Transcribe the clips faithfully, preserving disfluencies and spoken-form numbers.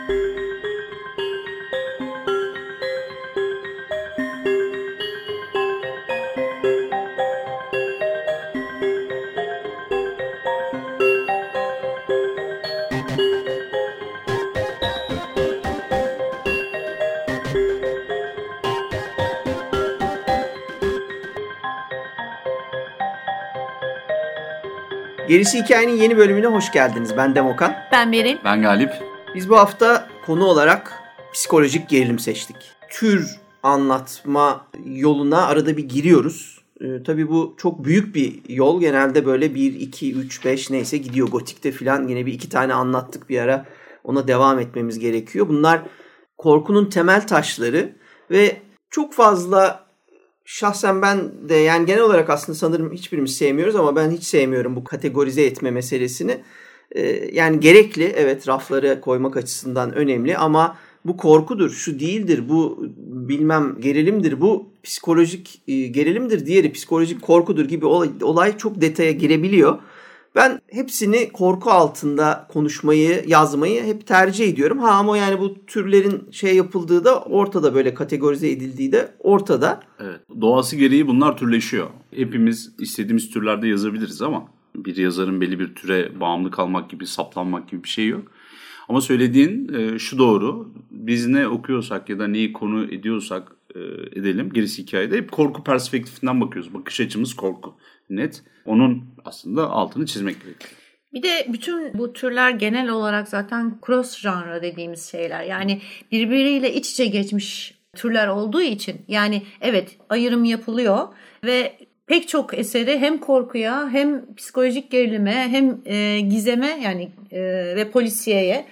Gerisi Hikayenin yeni bölümüne hoş geldiniz. Ben Demokan. Ben Beril. Ben Galip. Biz bu hafta konu olarak psikolojik gerilim seçtik. Tür anlatma yoluna arada bir giriyoruz. Ee, tabii bu çok büyük bir yol. Genelde böyle bir, iki, üç, beş neyse gidiyor. Gotik'te falan yine bir iki tane anlattık bir ara. Ona devam etmemiz gerekiyor. Bunlar korkunun temel taşları ve çok fazla... Şahsen ben de yani genel olarak aslında sanırım hiçbirimiz sevmiyoruz ama ben hiç sevmiyorum bu kategorize etme meselesini. Ee, yani gerekli, evet, raflara koymak açısından önemli ama bu korkudur, şu değildir, bu bilmem gerilimdir, bu psikolojik e, gerilimdir, diğeri psikolojik korkudur gibi olay, olay çok detaya girebiliyor. Ben hepsini korku altında konuşmayı, yazmayı hep tercih ediyorum. Ha ama yani bu türlerin şey yapıldığı da ortada, böyle kategorize edildiği de ortada. Evet. Doğası gereği bunlar türleşiyor. Hepimiz istediğimiz türlerde yazabiliriz ama bir yazarın belli bir türe bağımlı kalmak gibi, saplanmak gibi bir şey yok. Ama söylediğin e, şu doğru. Biz ne okuyorsak ya da neyi konu ediyorsak e, edelim, gerisi hikayede hep korku perspektifinden bakıyoruz. Bakış açımız korku. Net. Onun aslında altını çizmek gerekiyor. Bir de bütün bu türler genel olarak zaten cross genre dediğimiz şeyler. Yani birbiriyle iç içe geçmiş türler olduğu için yani evet ayrım yapılıyor ve pek çok eseri hem korkuya hem psikolojik gerilime hem e, gizeme yani e, ve polisiyeye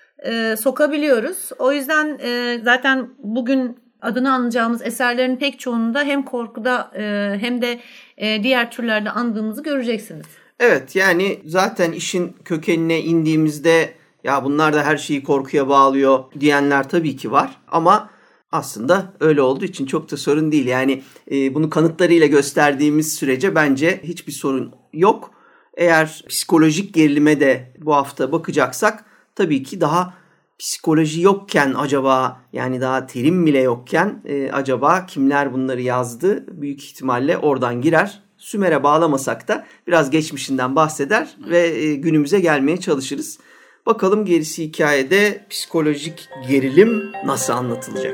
e, sokabiliyoruz. O yüzden e, zaten bugün adını anacağımız eserlerin pek çoğunda hem korkuda e, hem de e, diğer türlerde andığımızı göreceksiniz. Evet, yani zaten işin kökenine indiğimizde ya bunlar da her şeyi korkuya bağlıyor diyenler tabii ki var. Ama aslında öyle olduğu için çok da sorun değil. Yani e, bunu kanıtlarıyla gösterdiğimiz sürece bence hiçbir sorun yok. Eğer psikolojik gerilime de bu hafta bakacaksak tabii ki daha psikoloji yokken acaba, yani daha terim bile yokken e, acaba kimler bunları yazdı? Büyük ihtimalle oradan girer. Sümer'e bağlamasak da biraz geçmişinden bahseder ve e, günümüze gelmeye çalışırız. Bakalım gerisi hikayede psikolojik gerilim nasıl anlatılacak?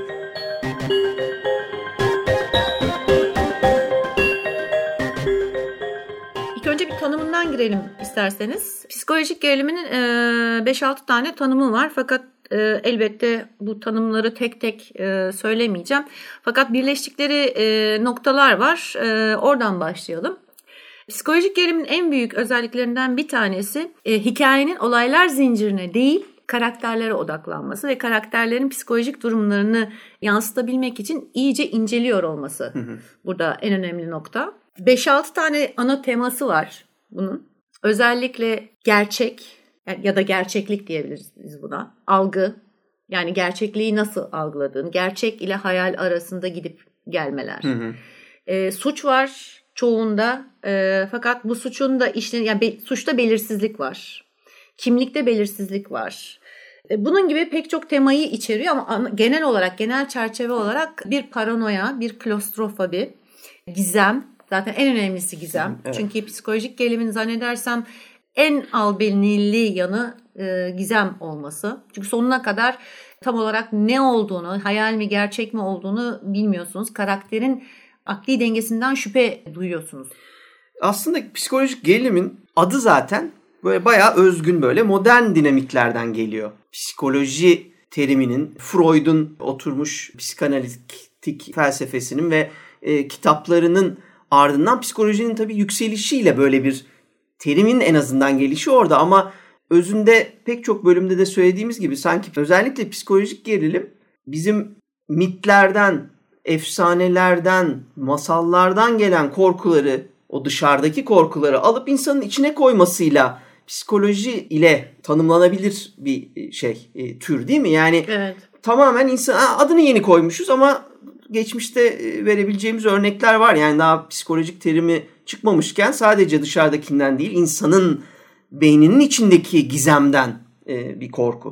İlk önce bir tanımından girelim isterseniz. Psikolojik gerilimin e, beş altı tane tanımı var fakat e, elbette bu tanımları tek tek e, söylemeyeceğim. Fakat birleştikleri e, noktalar var. E, oradan başlayalım. Psikolojik gerilimin en büyük özelliklerinden bir tanesi e, hikayenin olaylar zincirine değil karakterlere odaklanması ve karakterlerin psikolojik durumlarını yansıtabilmek için iyice inceliyor olması. Hı hı. Burada en önemli nokta. beş altı tane ana teması var bunun. Özellikle gerçek ya da gerçeklik diyebiliriz biz buna. Algı, yani gerçekliği nasıl algıladığın, gerçek ile hayal arasında gidip gelmeler. Hı hı. E, suç var çoğunda e, fakat bu suçun da işlen yani be, suçta belirsizlik var. Kimlikte belirsizlik var. E, bunun gibi pek çok temayı içeriyor ama, ama genel olarak, genel çerçeve olarak bir paranoya, bir klostrofobi, gizem. Zaten en önemlisi gizem. Evet. Çünkü psikolojik gerilimin zannedersem en albenili yanı e, gizem olması. Çünkü sonuna kadar tam olarak ne olduğunu, hayal mi gerçek mi olduğunu bilmiyorsunuz. Karakterin akli dengesinden şüphe duyuyorsunuz. Aslında psikolojik gerilimin adı zaten böyle bayağı özgün, böyle modern dinamiklerden geliyor. Psikoloji teriminin, Freud'un oturmuş psikanalitik felsefesinin ve e, kitaplarının ardından psikolojinin tabii yükselişiyle böyle bir terimin en azından gelişi orada. Ama özünde pek çok bölümde de söylediğimiz gibi sanki özellikle psikolojik gerilim bizim mitlerden, efsanelerden, masallardan gelen korkuları, o dışarıdaki korkuları alıp insanın içine koymasıyla psikoloji ile tanımlanabilir bir şey, e, tür değil mi? Yani evet. Tamamen insan adını yeni koymuşuz ama geçmişte verebileceğimiz örnekler var. Yani daha psikolojik terimi çıkmamışken sadece dışarıdakinden değil, insanın beyninin içindeki gizemden e, bir korku.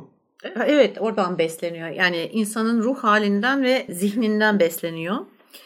Evet, oradan besleniyor. Yani insanın ruh halinden ve zihninden besleniyor.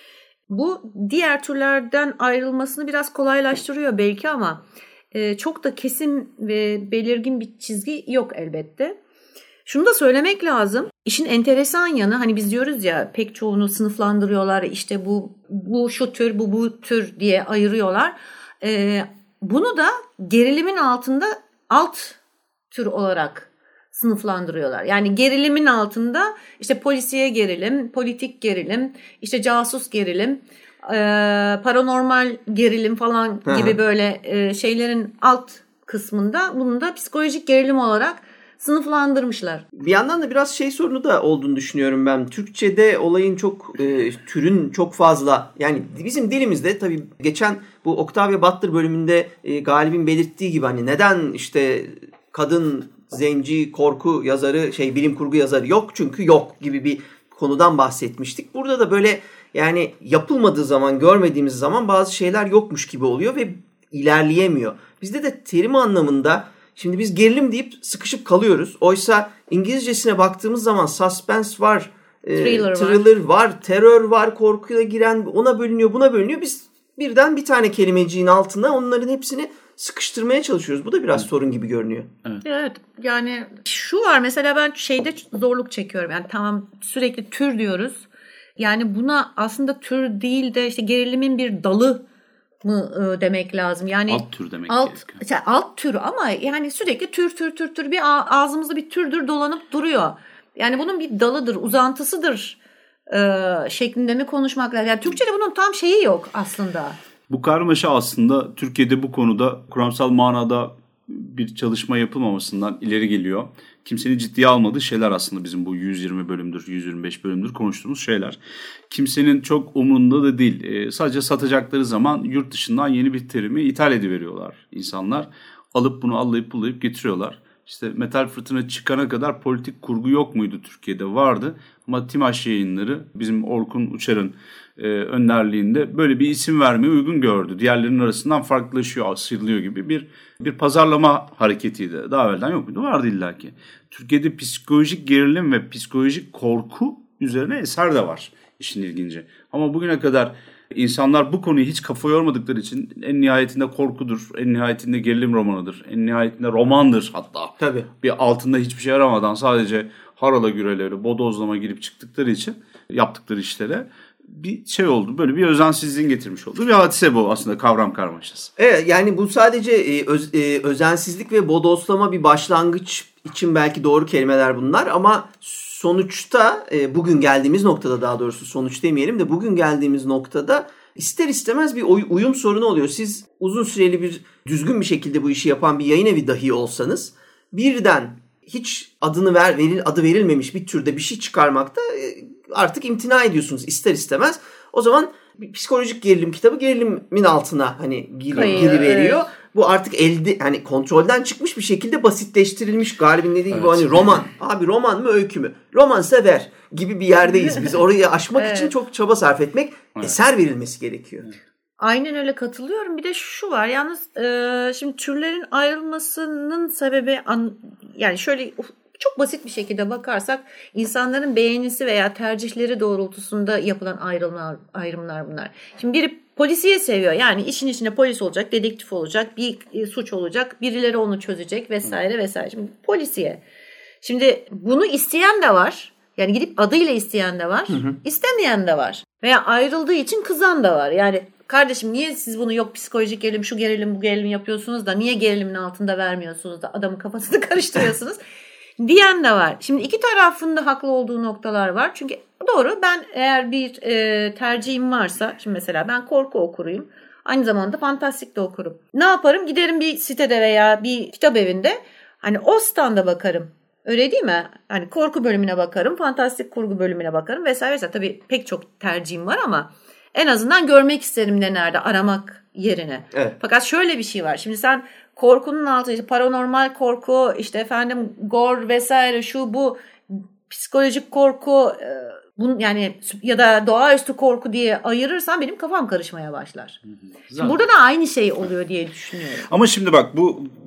Bu diğer türlerden ayrılmasını biraz kolaylaştırıyor belki ama e, çok da kesin ve belirgin bir çizgi yok elbette. Şunu da söylemek lazım. İşin enteresan yanı, hani biz diyoruz ya, pek çoğunu sınıflandırıyorlar. İşte bu bu şu tür, bu bu tür diye ayırıyorlar. E, bunu da gerilimin altında alt tür olarak sınıflandırıyorlar. Yani gerilimin altında işte polisiye gerilim, politik gerilim, işte casus gerilim, e, paranormal gerilim falan gibi böyle e, şeylerin alt kısmında bunu da psikolojik gerilim olarak sınıflandırmışlar. Bir yandan da biraz şey sorunu da olduğunu düşünüyorum ben. Türkçe'de olayın çok, e, türün çok fazla, yani bizim dilimizde tabii geçen bu Octavia Butler bölümünde e, Galip'in belirttiği gibi hani neden işte kadın zenci korku yazarı, şey bilim kurgu yazarı yok çünkü yok gibi bir konudan bahsetmiştik. Burada da böyle yani yapılmadığı zaman, görmediğimiz zaman bazı şeyler yokmuş gibi oluyor ve ilerleyemiyor. Bizde de terim anlamında şimdi biz gerilim deyip sıkışıp kalıyoruz. Oysa İngilizcesine baktığımız zaman suspense var, thriller, e, thriller var. var, terör var, korkuya giren, ona bölünüyor, buna bölünüyor. Biz birden bir tane kelimeciğin altına onların hepsini sıkıştırmaya çalışıyoruz. Bu da biraz evet. sorun gibi görünüyor. Evet. evet. Yani şu var mesela, ben şeyde zorluk çekiyorum. Yani tamam, sürekli tür diyoruz. Yani buna aslında tür değil de işte gerilimin bir dalı mı e, demek lazım? Yani alt tür demek alt, gerekiyor. Işte alt tür ama yani sürekli tür tür tür tür bir ağzımızda bir türdür dolanıp duruyor. Yani bunun bir dalıdır, uzantısıdır e, şeklinde mi konuşmak lazım? Yani Türkçe'de bunun tam şeyi yok aslında. Bu karmaşa aslında Türkiye'de bu konuda kuramsal manada bir çalışma yapılmamasından ileri geliyor. Kimsenin ciddiye almadığı şeyler aslında bizim bu yüz yirmi bölümdür, yüz yirmi beş bölümdür konuştuğumuz şeyler. Kimsenin çok umurunda da değil. E, sadece satacakları zaman yurt dışından yeni bir terimi ithal ediveriyorlar insanlar. Alıp bunu allayıp bullayıp getiriyorlar. İşte Metal Fırtına çıkana kadar politik kurgu yok muydu Türkiye'de? Vardı. Ama Timaş Yayınları bizim Orkun Uçar'ın e, önderliğinde böyle bir isim vermeyi uygun gördü. Diğerlerinin arasından farklılaşıyor, sıyrılıyor gibi bir bir pazarlama hareketiydi. Daha evvelden yok muydu? Vardı illaki. Türkiye'de psikolojik gerilim ve psikolojik korku üzerine eser de var. İşin ilginci. Ama bugüne kadar İnsanlar bu konuyu hiç kafa yormadıkları için en nihayetinde korkudur, en nihayetinde gerilim romanıdır, en nihayetinde romandır hatta. Tabii. Bir altında hiçbir şey aramadan sadece harala güreleri, bodozlama girip çıktıkları için yaptıkları işlere bir şey oldu. Böyle bir özensizliğin getirmiş olduğu bir hadise bu aslında, kavram karmaşası. Evet, yani bu sadece e, öz, e, özensizlik ve bodozlama bir başlangıç için belki doğru kelimeler bunlar ama sonuçta e, bugün geldiğimiz noktada, daha doğrusu sonuç demeyelim de bugün geldiğimiz noktada ister istemez bir uyum sorunu oluyor. Siz uzun süreli bir düzgün bir şekilde bu işi yapan bir yayın evi dahi olsanız birden hiç adını ver, veril, adı verilmemiş bir türde bir şey çıkarmakta e, artık imtina ediyorsunuz ister istemez. O zaman bir psikolojik gerilim kitabı gerilimin altına hani gir, giriveriyor. Evet. Bu artık elde hani kontrolden çıkmış bir şekilde basitleştirilmiş. Galip'in dediği gibi evet. hani roman. Abi roman mı öykü mü? Romansa ver gibi bir yerdeyiz biz. Orayı aşmak evet. için çok çaba sarf etmek, evet. eser verilmesi gerekiyor. Aynen öyle, katılıyorum. Bir de şu var. Yalnız e, şimdi türlerin ayrılmasının sebebi an, yani şöyle çok basit bir şekilde bakarsak insanların beğenisi veya tercihleri doğrultusunda yapılan ayrımlar, ayrımlar bunlar. Şimdi biri polisiye seviyor. Yani işin içinde polis olacak, dedektif olacak, bir e, suç olacak, birileri onu çözecek vesaire vesaire. Şimdi polisiye. Şimdi bunu isteyen de var. Yani gidip adıyla isteyen de var. Hı hı. İstemeyen de var. Veya ayrıldığı için kızan da var. Yani kardeşim niye siz bunu yok psikolojik gerilim, şu gerilim, bu gerilim yapıyorsunuz da niye gerilimin altında vermiyorsunuz da adamın kafasını karıştırıyorsunuz diyen de var. Şimdi iki tarafın da haklı olduğu noktalar var. Çünkü doğru, ben eğer bir e, tercihim varsa, şimdi mesela ben korku okuruyum. Aynı zamanda fantastik de okurum. Ne yaparım? Giderim bir sitede veya bir kitap evinde. Hani o standa bakarım. Öyle değil mi? Hani korku bölümüne bakarım, fantastik kurgu bölümüne bakarım vesaire vesaire. Tabii pek çok tercihim var ama en azından görmek isterim ne nerede, aramak yerine. Evet. Fakat şöyle bir şey var. Şimdi sen korkunun altı, işte paranormal korku, işte efendim gore vesaire, şu bu psikolojik korku, bunun yani ya da doğaüstü korku diye ayırırsan benim kafam karışmaya başlar. Şimdi burada da aynı şey oluyor diye düşünüyorum. Ama şimdi bak, bu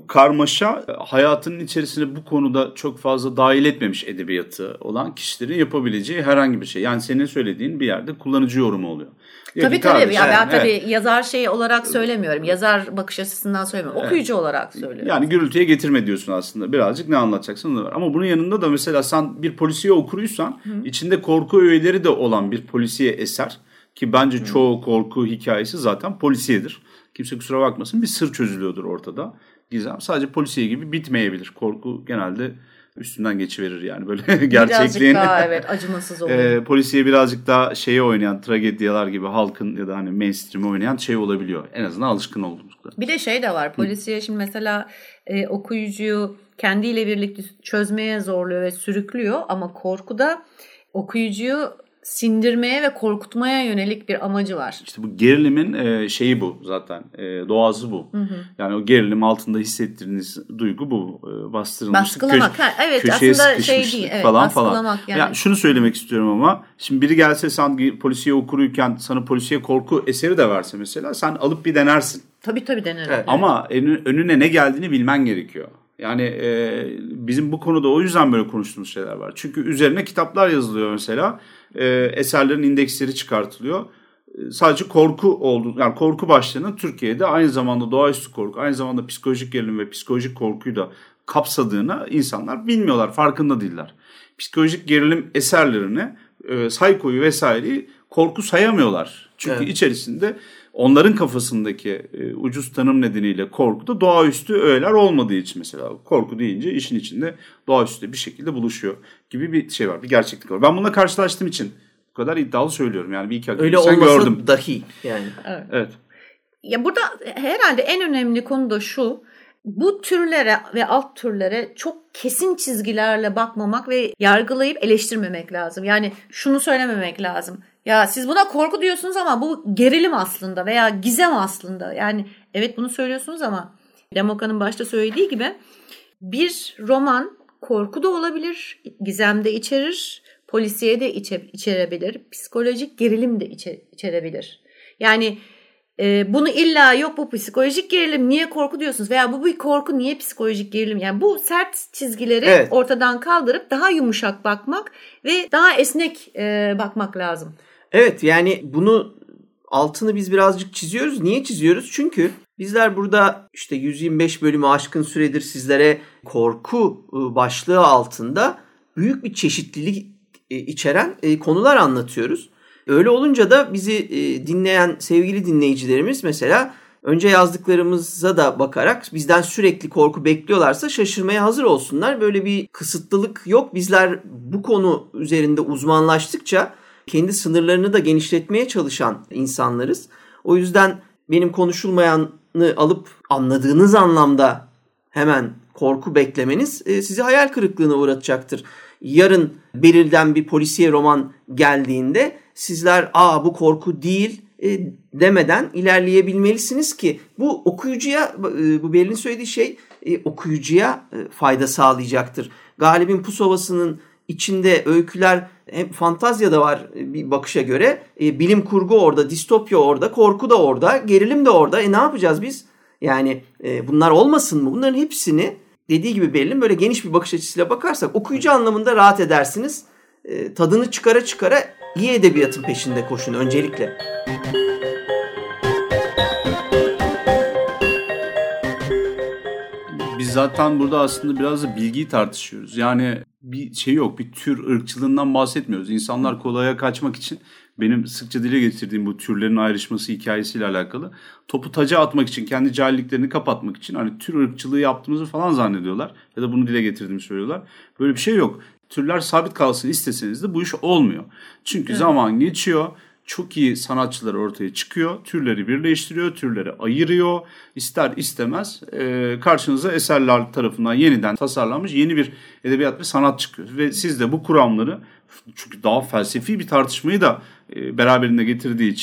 karmaşa hayatının içerisine bu konuda çok fazla dahil etmemiş edebiyatı olan kişilerin yapabileceği herhangi bir şey. Yani senin söylediğin bir yerde kullanıcı yorumu oluyor. Diyor tabii tabii. Kardeşim, ya ben evet. tabii yazar şey olarak söylemiyorum. Yazar bakış açısından söylemiyorum. Okuyucu evet. olarak söylüyorum. Yani gürültüye getirme diyorsun aslında. Birazcık ne anlatacaksın da var. Ama bunun yanında da mesela sen bir polisiye okuruysan Hı. içinde korku öğeleri de olan bir polisiye eser ki bence Hı. çoğu korku hikayesi zaten polisiyedir. Kimse kusura bakmasın, bir sır çözülüyordur ortada. Gizem sadece polisiye gibi bitmeyebilir. Korku genelde üstünden geçiverir yani böyle gerçekliğin. Birazcık daha evet acımasız oluyor. E, polisiye birazcık daha şeye oynayan, tragedyalar gibi halkın ya da hani mainstream'e oynayan şey olabiliyor. En azından alışkın olduğumuz kadar. Bir de şey de var. Polisiye şimdi mesela e, okuyucuyu kendiyle birlikte çözmeye zorluyor ve sürüklüyor ama korkuda okuyucuyu sindirmeye ve korkutmaya yönelik bir amacı var. İşte bu gerilimin e, şeyi bu zaten. E, doğası bu. Hı hı. Yani o gerilim altında hissettiğiniz duygu bu. E, bastırılmışlık. Baskılamak. Köş- ha, evet aslında şey değil. Evet, falan baskılamak falan. yani. Yani şunu söylemek istiyorum ama şimdi biri gelse sen polisiye okuruyken sana polisiye korku eseri de verse mesela sen alıp bir denersin. Tabii tabii denerim. Evet. Ama önüne ne geldiğini bilmen gerekiyor. Yani e, bizim bu konuda o yüzden böyle konuştuğumuz şeyler var. Çünkü üzerine kitaplar yazılıyor mesela. E, eserlerin indeksleri çıkartılıyor. E, sadece korku oldu. Yani korku başlığının Türkiye'de aynı zamanda doğaüstü korku, aynı zamanda psikolojik gerilim ve psikolojik korkuyu da kapsadığını insanlar bilmiyorlar, farkında değiller. Psikolojik gerilim eserlerini, e, Psycho'yu vesaireyi korku sayamıyorlar. Çünkü evet. içerisinde onların kafasındaki e, ucuz tanım nedeniyle korku da doğaüstü öğeler olmadığı için mesela. Korku deyince işin içinde doğaüstü bir şekilde buluşuyor gibi bir şey var. Bir gerçeklik var. Ben bununla karşılaştığım için bu kadar iddialı söylüyorum. Yani bir iki öyle olması gördüm. Dahi yani. Evet. evet. Ya burada herhalde en önemli konu da şu. Bu türlere ve alt türlere çok kesin çizgilerle bakmamak ve yargılayıp eleştirmemek lazım. Yani şunu söylememek lazım. Ya siz buna korku diyorsunuz ama bu gerilim aslında veya gizem aslında. Yani evet bunu söylüyorsunuz ama Demoka'nın başta söylediği gibi bir roman korku da olabilir, gizem de içerir, polisiye de içe, içerebilir, psikolojik gerilim de içe, içerebilir. Yani e, bunu illa yok bu psikolojik gerilim niye korku diyorsunuz veya bu bir korku niye psikolojik gerilim? Yani bu sert çizgileri evet. ortadan kaldırıp daha yumuşak bakmak ve daha esnek e, bakmak lazım. Evet yani bunu altını biz birazcık çiziyoruz. Niye çiziyoruz? Çünkü bizler burada işte yüz yirmi beş bölümü aşkın süredir sizlere korku başlığı altında büyük bir çeşitlilik içeren konular anlatıyoruz. Öyle olunca da bizi dinleyen sevgili dinleyicilerimiz mesela önce yazdıklarımıza da bakarak bizden sürekli korku bekliyorlarsa şaşırmaya hazır olsunlar. Böyle bir kısıtlılık yok. Bizler bu konu üzerinde uzmanlaştıkça kendi sınırlarını da genişletmeye çalışan insanlarız. O yüzden benim konuşulmayanı alıp anladığınız anlamda hemen korku beklemeniz sizi hayal kırıklığına uğratacaktır. Yarın Beril'den bir polisiye roman geldiğinde sizler aa bu korku değil demeden ilerleyebilmelisiniz ki bu okuyucuya, bu Beril'in söylediği şey okuyucuya fayda sağlayacaktır. Galip'in Pusovası'nın içinde öyküler hem fantazya da var bir bakışa göre. E, bilim kurgu orada, distopya orada, korku da orada, gerilim de orada. E ne yapacağız biz? Yani e, bunlar olmasın mı? Bunların hepsini dediği gibi Beril'in böyle geniş bir bakış açısıyla bakarsak okuyucu anlamında rahat edersiniz. E, tadını çıkara çıkara iyi edebiyatın peşinde koşun öncelikle. Biz zaten burada aslında biraz da bilgiyi tartışıyoruz. Yani bir şey yok, bir tür ırkçılığından bahsetmiyoruz. İnsanlar kolaya kaçmak için benim sıkça dile getirdiğim bu türlerin ayrışması hikayesiyle alakalı topu taca atmak için, kendi cahilliklerini kapatmak için hani tür ırkçılığı yaptığımızı falan zannediyorlar. Ya da bunu dile getirdiğimi söylüyorlar. Böyle bir şey yok. Türler sabit kalsın isteseniz de bu iş olmuyor. Çünkü evet. zaman geçiyor. Çok iyi sanatçılar ortaya çıkıyor. Türleri birleştiriyor, türleri ayırıyor. İster istemez e, karşınıza eserler tarafından yeniden tasarlanmış yeni bir edebiyat ve sanat çıkıyor. Ve siz de bu kuramları çünkü daha felsefi bir tartışmayı da e, beraberinde getirdiği için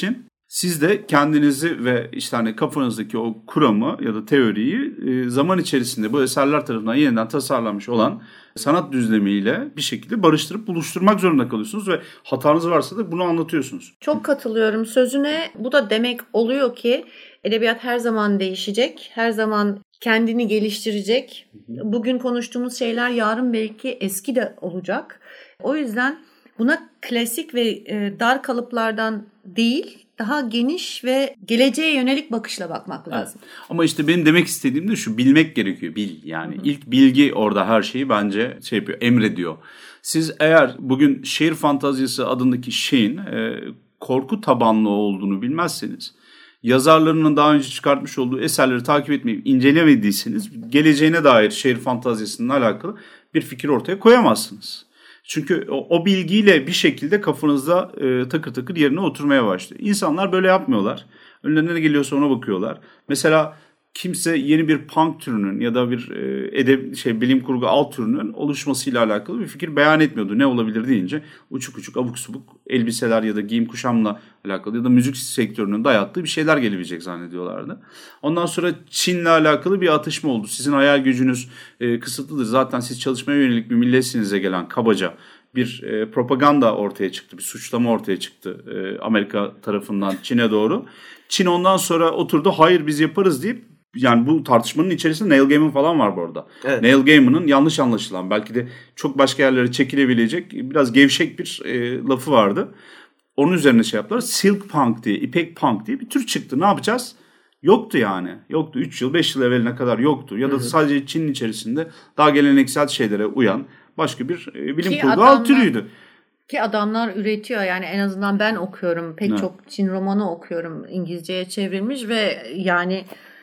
Siz de kendinizi ve işte hani kafanızdaki o kuramı ya da teoriyi e, zaman içerisinde bu eserler tarafından yeniden tasarlanmış olan sanat düzlemiyle bir şekilde barıştırıp buluşturmak zorunda kalıyorsunuz ve hatanız varsa da bunu anlatıyorsunuz. Çok katılıyorum sözüne. Bu da demek oluyor ki edebiyat her zaman değişecek, her zaman kendini geliştirecek. Bugün konuştuğumuz şeyler yarın belki eski de olacak. O yüzden buna klasik ve dar kalıplardan değil, daha geniş ve geleceğe yönelik bakışla bakmak lazım. Evet. Ama işte benim demek istediğim de şu, bilmek gerekiyor. Bil yani. Hı hı. İlk bilgi orada her şeyi bence şey yapıyor, emrediyor. Siz eğer bugün şehir fantazisi adındaki şeyin e, korku tabanlı olduğunu bilmezseniz, yazarlarının daha önce çıkartmış olduğu eserleri takip etmeyip incelemediyseniz geleceğine dair şehir fantazisinin alakalı bir fikir ortaya koyamazsınız. Çünkü o, o bilgiyle bir şekilde kafanızda e, takır takır yerine oturmaya başlıyor. İnsanlar böyle yapmıyorlar. Önlerine ne geliyorsa ona bakıyorlar. Mesela kimse yeni bir punk türünün ya da bir e, edeb şey bilim kurgu alt türünün oluşmasıyla alakalı bir fikir beyan etmiyordu. Ne olabilir deyince uçuk uçuk abuk subuk elbiseler ya da giyim kuşamla alakalı ya da müzik sektörünün dayattığı bir şeyler gelebilecek zannediyorlardı. Ondan sonra Çin'le alakalı bir atışma oldu. Sizin hayal gücünüz e, kısıtlıdır. Zaten siz çalışmaya yönelik bir milletsinize gelen kabaca bir e, propaganda ortaya çıktı. Bir suçlama ortaya çıktı e, Amerika tarafından Çin'e doğru. Çin ondan sonra oturdu, hayır biz yaparız deyip, yani bu tartışmanın içerisinde Neil Gaiman falan var bu arada. Evet. Neil Gaiman'ın yanlış anlaşılan, belki de çok başka yerlere çekilebilecek biraz gevşek bir e, lafı vardı. Onun üzerine şey yaptılar. Silk Punk diye, İpek Punk diye bir tür çıktı. Ne yapacağız? Yoktu yani. Yoktu. üç yıl, beş yıl evveline kadar yoktu. Ya da Hı-hı. sadece Çin'in içerisinde daha geleneksel şeylere uyan başka bir e, bilim ki kurgu adamlar, alt türüydü. Ki adamlar üretiyor. Yani en azından ben okuyorum. Pek evet. çok Çin romanı okuyorum. İngilizceye çevrilmiş ve yani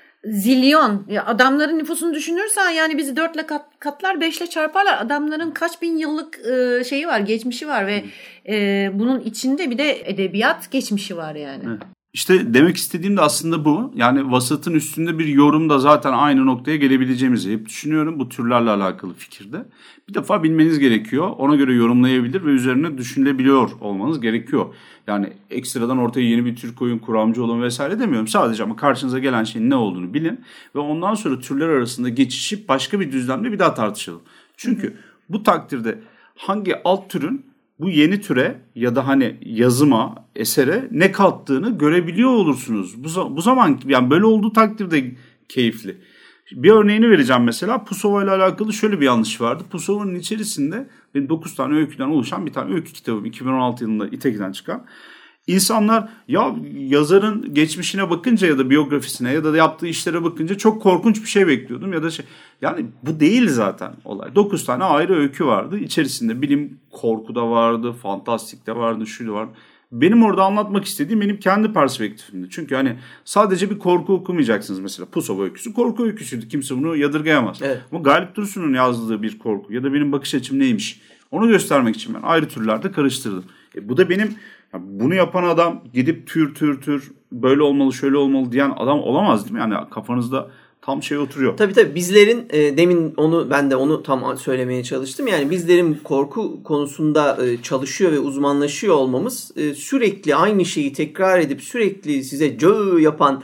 zilyon. Ya adamların nüfusunu düşünürsen yani bizi dörtle kat, katlar, beşle çarparlar. Adamların kaç bin yıllık e, şeyi var, geçmişi var ve e, bunun içinde bir de edebiyat geçmişi var yani. Evet. İşte demek istediğim de aslında bu. Yani vasatın üstünde bir yorum da zaten aynı noktaya gelebileceğimizi hep düşünüyorum bu türlerle alakalı fikirde. Bir defa bilmeniz gerekiyor. Ona göre yorumlayabilir ve üzerine düşünülebiliyor olmanız gerekiyor. Yani ekstradan ortaya yeni bir tür koyun, kuramcı olun vesaire demiyorum. Sadece ama karşınıza gelen şeyin ne olduğunu bilin ve ondan sonra türler arasında geçişip başka bir düzlemde bir daha tartışalım. Çünkü bu takdirde hangi alt türün bu yeni türe ya da hani yazıma, esere ne kattığını görebiliyor olursunuz. Bu, bu zaman yani böyle olduğu takdirde keyifli. Bir örneğini vereceğim mesela. Pusova ile alakalı şöyle bir yanlış vardı. Pusova'nın içerisinde benim dokuz tane öyküden oluşan bir tane öykü kitabım. iki bin on altı yılında İteki'den çıkan. İnsanlar ya yazarın geçmişine bakınca ya da biyografisine ya da yaptığı işlere bakınca çok korkunç bir şey bekliyordum ya da şey. Yani bu değil zaten olay. dokuz tane ayrı öykü vardı. İçerisinde bilim korku da vardı, fantastik de vardı, şu da vardı. Benim orada anlatmak istediğim benim kendi perspektifimdi. Çünkü hani sadece bir korku okumayacaksınız mesela. Pusova öyküsü korku öyküsüydü. Kimse bunu yadırgayamaz. Evet. Ama Galip Dursun'un yazdığı bir korku ya da benim bakış açım neymiş onu göstermek için ben ayrı türlerde karıştırdım. E bu da benim bunu yapan adam gidip tür tür tür böyle olmalı şöyle olmalı diyen adam olamaz değil mi? Yani kafanızda tam şey oturuyor. Tabii tabii bizlerin e, demin onu ben de onu tam söylemeye çalıştım. Yani bizlerin korku konusunda e, çalışıyor ve uzmanlaşıyor olmamız e, sürekli aynı şeyi tekrar edip sürekli size cö yapan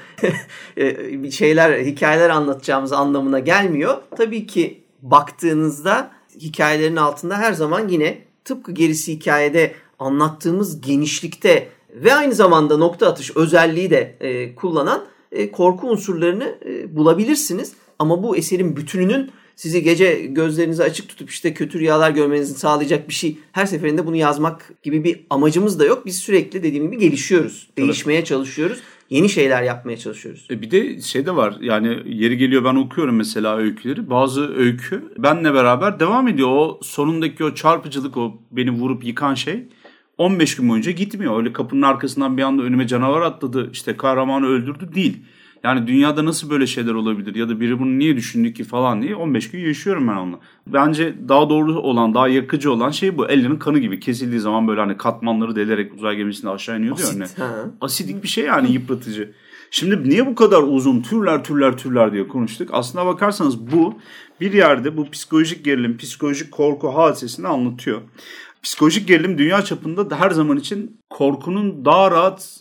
e, şeyler, hikayeler anlatacağımız anlamına gelmiyor. Tabii ki baktığınızda hikayelerin altında her zaman yine tıpkı gerisi hikayede anlattığımız genişlikte ve aynı zamanda nokta atış özelliği de e, kullanan e, korku unsurlarını e, bulabilirsiniz. Ama bu eserin bütününün sizi gece gözlerinizi açık tutup işte kötü rüyalar görmenizi sağlayacak bir şey, her seferinde bunu yazmak gibi bir amacımız da yok. Biz sürekli dediğim gibi gelişiyoruz, değişmeye evet. çalışıyoruz, yeni şeyler yapmaya çalışıyoruz. E bir de şey de var, yani yeri geliyor ben okuyorum mesela öyküleri. Bazı öykü benle beraber devam ediyor. O sonundaki o çarpıcılık, o beni vurup yıkan şey on beş gün boyunca gitmiyor. Öyle kapının arkasından bir anda önüme canavar atladı, işte kahramanı öldürdü değil. Yani dünyada nasıl böyle şeyler olabilir ya da biri bunu niye düşündü ki falan diye on beş gün yaşıyorum ben onunla. Bence daha doğru olan, daha yakıcı olan şey bu. Ellerin kanı gibi kesildiği zaman böyle hani katmanları delerek uzay gemisinde aşağı iniyor diyor. Asit, hani. Asidik bir şey yani, yıpratıcı. Şimdi niye bu kadar uzun türler türler türler diye konuştuk? Aslına bakarsanız bu bir yerde bu psikolojik gerilim, psikolojik korku hadisesini anlatıyor. Psikolojik gerilim dünya çapında da her zaman için korkunun daha rahat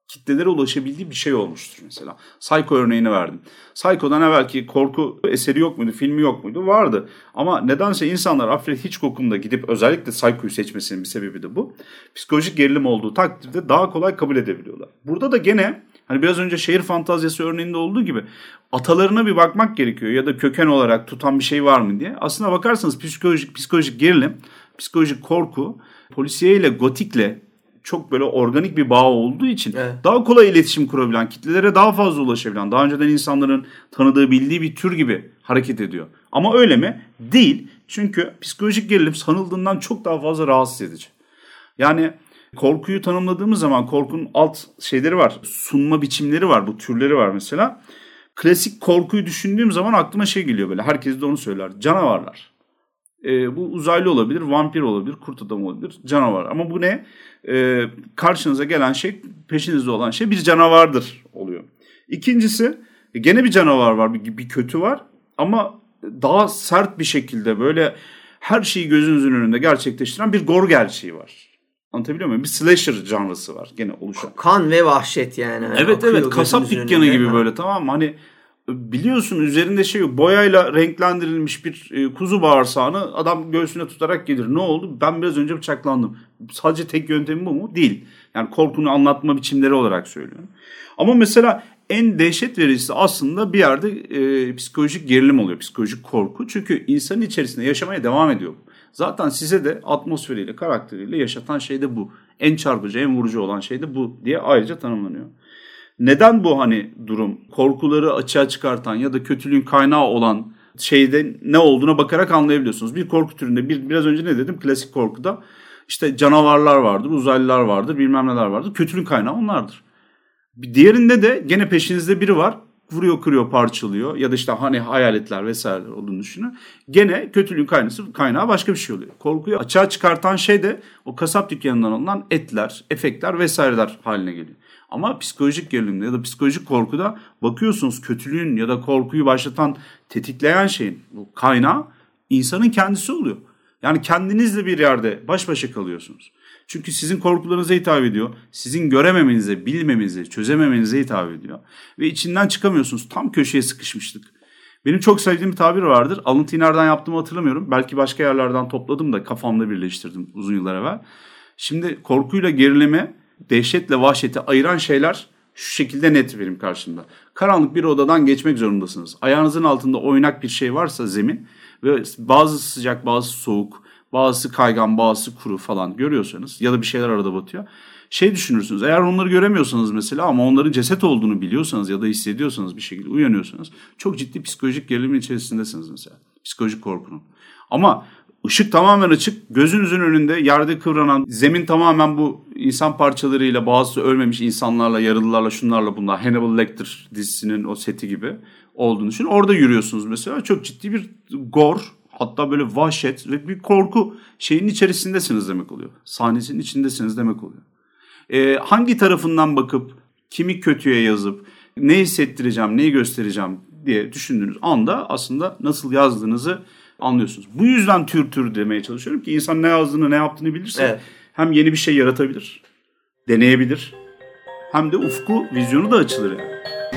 kitlelere ulaşabildiği bir şey olmuştur mesela. Psycho örneğini verdim. Psycho'dan evvelki korku eseri yok muydu, filmi yok muydu? Vardı. Ama nedense insanlar Alfred Hitchcock'un da gidip özellikle Psycho'yu seçmesinin bir sebebi de bu. Psikolojik gerilim olduğu takdirde daha kolay kabul edebiliyorlar. Burada da gene hani biraz önce şehir fantazyası örneğinde olduğu gibi atalarına bir bakmak gerekiyor ya da köken olarak tutan bir şey var mı diye. Aslına bakarsanız psikolojik psikolojik gerilim, psikolojik korku, polisiye ile gotikle çok böyle organik bir bağ olduğu için evet. daha kolay iletişim kurabilen, kitlelere daha fazla ulaşabilen, daha önceden insanların tanıdığı, bildiği bir tür gibi hareket ediyor. Ama öyle mi? Değil. Çünkü psikolojik gerilim sanıldığından çok daha fazla rahatsız edici. Yani korkuyu tanımladığımız zaman korkunun alt şeyleri var, sunma biçimleri var, bu türleri var mesela. Klasik korkuyu düşündüğüm zaman aklıma şey geliyor böyle, herkes de onu söyler, canavarlar. E, bu uzaylı olabilir, vampir olabilir, kurt adam olabilir, canavar. Ama bu ne? E, karşınıza gelen şey, peşinizde olan şey bir canavardır oluyor. İkincisi, gene bir canavar var, bir, bir kötü var ama daha sert bir şekilde böyle her şeyi gözünüzün önünde gerçekleştiren bir gor gerçeği var. Anlatabiliyor muyum? Bir slasher janrısı var gene oluşan. Kan ve vahşet yani. Evet evet, kasap dükkanı gibi böyle, tamam mı? Hani biliyorsun üzerinde şey yok, boyayla renklendirilmiş bir e, kuzu bağırsağını adam göğsüne tutarak gelir. Ne oldu? Ben biraz önce bıçaklandım. Sadece tek yöntemi bu mu? Değil. Yani korkunu anlatma biçimleri olarak söylüyorum. Ama mesela en dehşet vericisi aslında bir yerde e, psikolojik gerilim oluyor. Psikolojik korku. Çünkü insanın içerisinde yaşamaya devam ediyor. Zaten size de atmosferiyle, karakteriyle yaşatan şey de bu. En çarpıcı, en vurucu olan şey de bu diye ayrıca tanımlanıyor. Neden bu hani durum korkuları açığa çıkartan ya da kötülüğün kaynağı olan şeyde ne olduğuna bakarak anlayabiliyorsunuz. Bir korku türünde bir, biraz önce ne dedim, klasik korkuda işte canavarlar vardır, uzaylılar vardır, bilmem neler vardır. Kötülüğün kaynağı onlardır. Bir diğerinde de gene peşinizde biri var, vuruyor, kırıyor, parçalıyor ya da işte hani hayaletler vesaireler olduğunu düşünün. Gene kötülüğün kaynağı, kaynağı başka bir şey oluyor. Korkuyu açığa çıkartan şey de o kasap dükkanından alınan etler, efektler vesaireler haline geliyor. Ama psikolojik gerilimde ya da psikolojik korkuda bakıyorsunuz kötülüğün ya da korkuyu başlatan, tetikleyen şeyin bu kaynağı insanın kendisi oluyor. Yani kendinizle bir yerde baş başa kalıyorsunuz. Çünkü sizin korkularınıza hitap ediyor. Sizin görememenize, bilmemenize, çözememenize hitap ediyor. Ve içinden çıkamıyorsunuz. Tam köşeye sıkışmıştık. Benim çok sevdiğim bir tabir vardır. Alıntıyı nereden yaptığımı hatırlamıyorum. Belki başka yerlerden topladım da kafamda birleştirdim uzun yıllar evvel. Şimdi korkuyla gerilimi, dehşetle vahşeti ayıran şeyler şu şekilde net benim karşımda. Karanlık bir odadan geçmek zorundasınız. Ayağınızın altında oynak bir şey varsa zemin ve bazı sıcak, bazı soğuk, bazısı kaygan, bazısı kuru falan görüyorsanız ya da bir şeyler arada batıyor. Şey düşünürsünüz, eğer onları göremiyorsanız mesela ama onların ceset olduğunu biliyorsanız ya da hissediyorsanız, bir şekilde uyanıyorsanız çok ciddi psikolojik gerilimin içerisindesiniz mesela. Psikolojik korkunun. Ama ışık tamamen açık, gözünüzün önünde yerde kıvranan, zemin tamamen bu insan parçalarıyla, bazısı ölmemiş insanlarla, yaralılarla, şunlarla bunlar, Hannibal Lecter dizisinin o seti gibi olduğunu düşünün. Orada yürüyorsunuz mesela, çok ciddi bir gore, hatta böyle vahşet ve bir korku şeyin içerisindesiniz demek oluyor. Sahnesinin içindesiniz demek oluyor. Ee, hangi tarafından bakıp, kimi kötüye yazıp, ne hissettireceğim, neyi göstereceğim diye düşündüğünüz anda aslında nasıl yazdığınızı anlıyorsunuz. Bu yüzden tür tür demeye çalışıyorum ki insan ne yazdığını, ne yaptığını bilirse evet. hem yeni bir şey yaratabilir, deneyebilir, hem de ufku, vizyonu da açılır yani.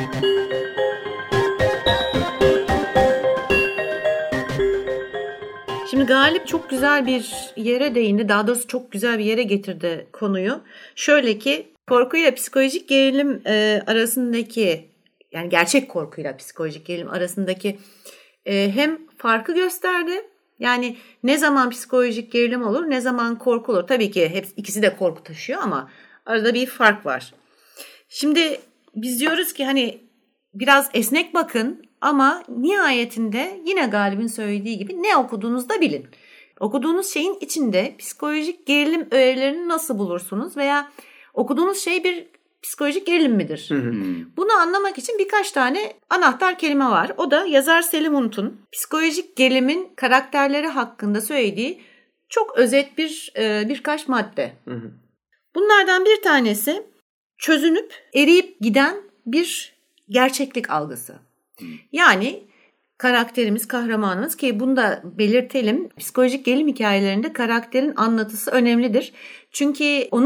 Şimdi Galip çok güzel bir yere değindi. Daha doğrusu çok güzel bir yere getirdi konuyu. Şöyle ki korkuyla psikolojik gerilim e, arasındaki, yani gerçek korkuyla psikolojik gerilim arasındaki e, hem farkı gösterdi. Yani ne zaman psikolojik gerilim olur, ne zaman korku olur. Tabii ki hepsi, ikisi de korku taşıyor ama arada bir fark var. Şimdi biz diyoruz ki hani biraz esnek bakın ama nihayetinde yine Galip'in söylediği gibi ne okuduğunuzu da bilin. Okuduğunuz şeyin içinde psikolojik gerilim öğelerini nasıl bulursunuz veya okuduğunuz şey bir psikolojik gerilim midir? Hı hı. Bunu anlamak için birkaç tane anahtar kelime var. O da yazar Selim Unut'un psikolojik gerilimin karakterleri hakkında söylediği çok özet bir e, birkaç madde. Hı hı. Bunlardan bir tanesi çözünüp eriyip giden bir gerçeklik algısı. Hı. Yani karakterimiz, kahramanımız, ki bunu da belirtelim. Psikolojik gerilim hikayelerinde karakterin anlatısı önemlidir. Çünkü onun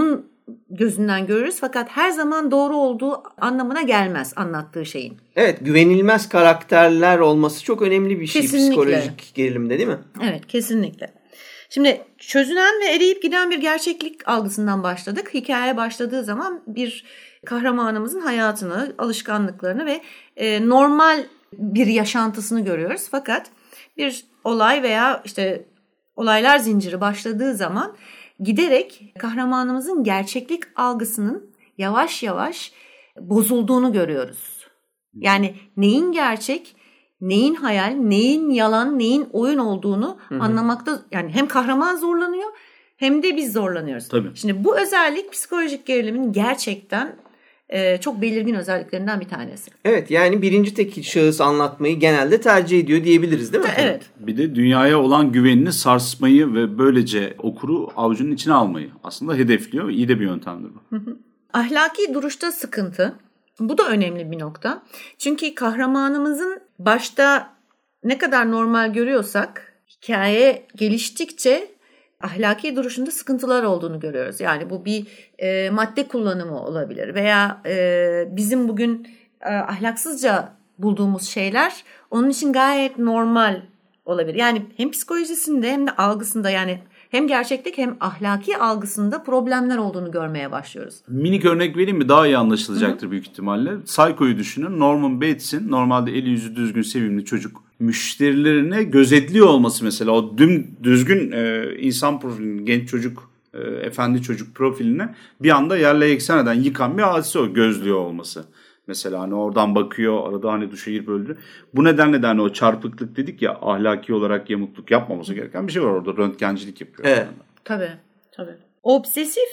gözünden görürüz. Fakat her zaman doğru olduğu anlamına gelmez anlattığı şeyin. Evet, güvenilmez karakterler olması çok önemli bir şey Kesinlikle. Psikolojik gerilimde, değil mi? Evet, kesinlikle. Şimdi çözünen ve eriyip giden bir gerçeklik algısından başladık. Hikaye başladığı zaman bir kahramanımızın hayatını, alışkanlıklarını ve e, normal bir yaşantısını görüyoruz. Fakat bir olay veya işte olaylar zinciri başladığı zaman giderek kahramanımızın gerçeklik algısının yavaş yavaş bozulduğunu görüyoruz. Yani neyin gerçek, neyin hayal, neyin yalan, neyin oyun olduğunu hı hı. anlamakta yani hem kahraman zorlanıyor hem de biz zorlanıyoruz. Tabii. Şimdi bu özellik psikolojik gerilimin gerçekten e, çok belirgin özelliklerinden bir tanesi. Evet, yani birinci tekil şahıs anlatmayı genelde tercih ediyor diyebiliriz, değil mi? Evet. Bir de dünyaya olan güvenini sarsmayı ve böylece okuru avucunun içine almayı aslında hedefliyor. İyi de bir yöntemdir bu. Hı hı. Ahlaki duruşta sıkıntı. Bu da önemli bir nokta. Çünkü kahramanımızın başta ne kadar normal görüyorsak hikaye geliştikçe ahlaki duruşunda sıkıntılar olduğunu görüyoruz. Yani bu bir e, madde kullanımı olabilir veya e, bizim bugün e, ahlaksızca bulduğumuz şeyler onun için gayet normal olabilir. Yani hem psikolojisinde hem de algısında yani hem gerçeklik hem ahlaki algısında problemler olduğunu görmeye başlıyoruz. Minik örnek vereyim mi? Daha iyi anlaşılacaktır Hı-hı. büyük ihtimalle. Psycho'yu düşünün. Norman Bates'in normalde eli yüzü düzgün, sevimli çocuk müşterilerine gözetliyor olması mesela. O düm düzgün e, insan profilinin, genç çocuk, e, efendi çocuk profiline bir anda yerle yeksan eden, yıkan bir hadise o gözlüyor olması. Mesela hani oradan bakıyor, arada hani duşa girip öldürüyor. Bu nedenle de hani o çarpıklık dedik ya, ahlaki olarak yamukluk yapmaması gereken bir şey var orada. Röntgencilik yapıyor. Evet. Yani. Tabii, tabii. Obsesif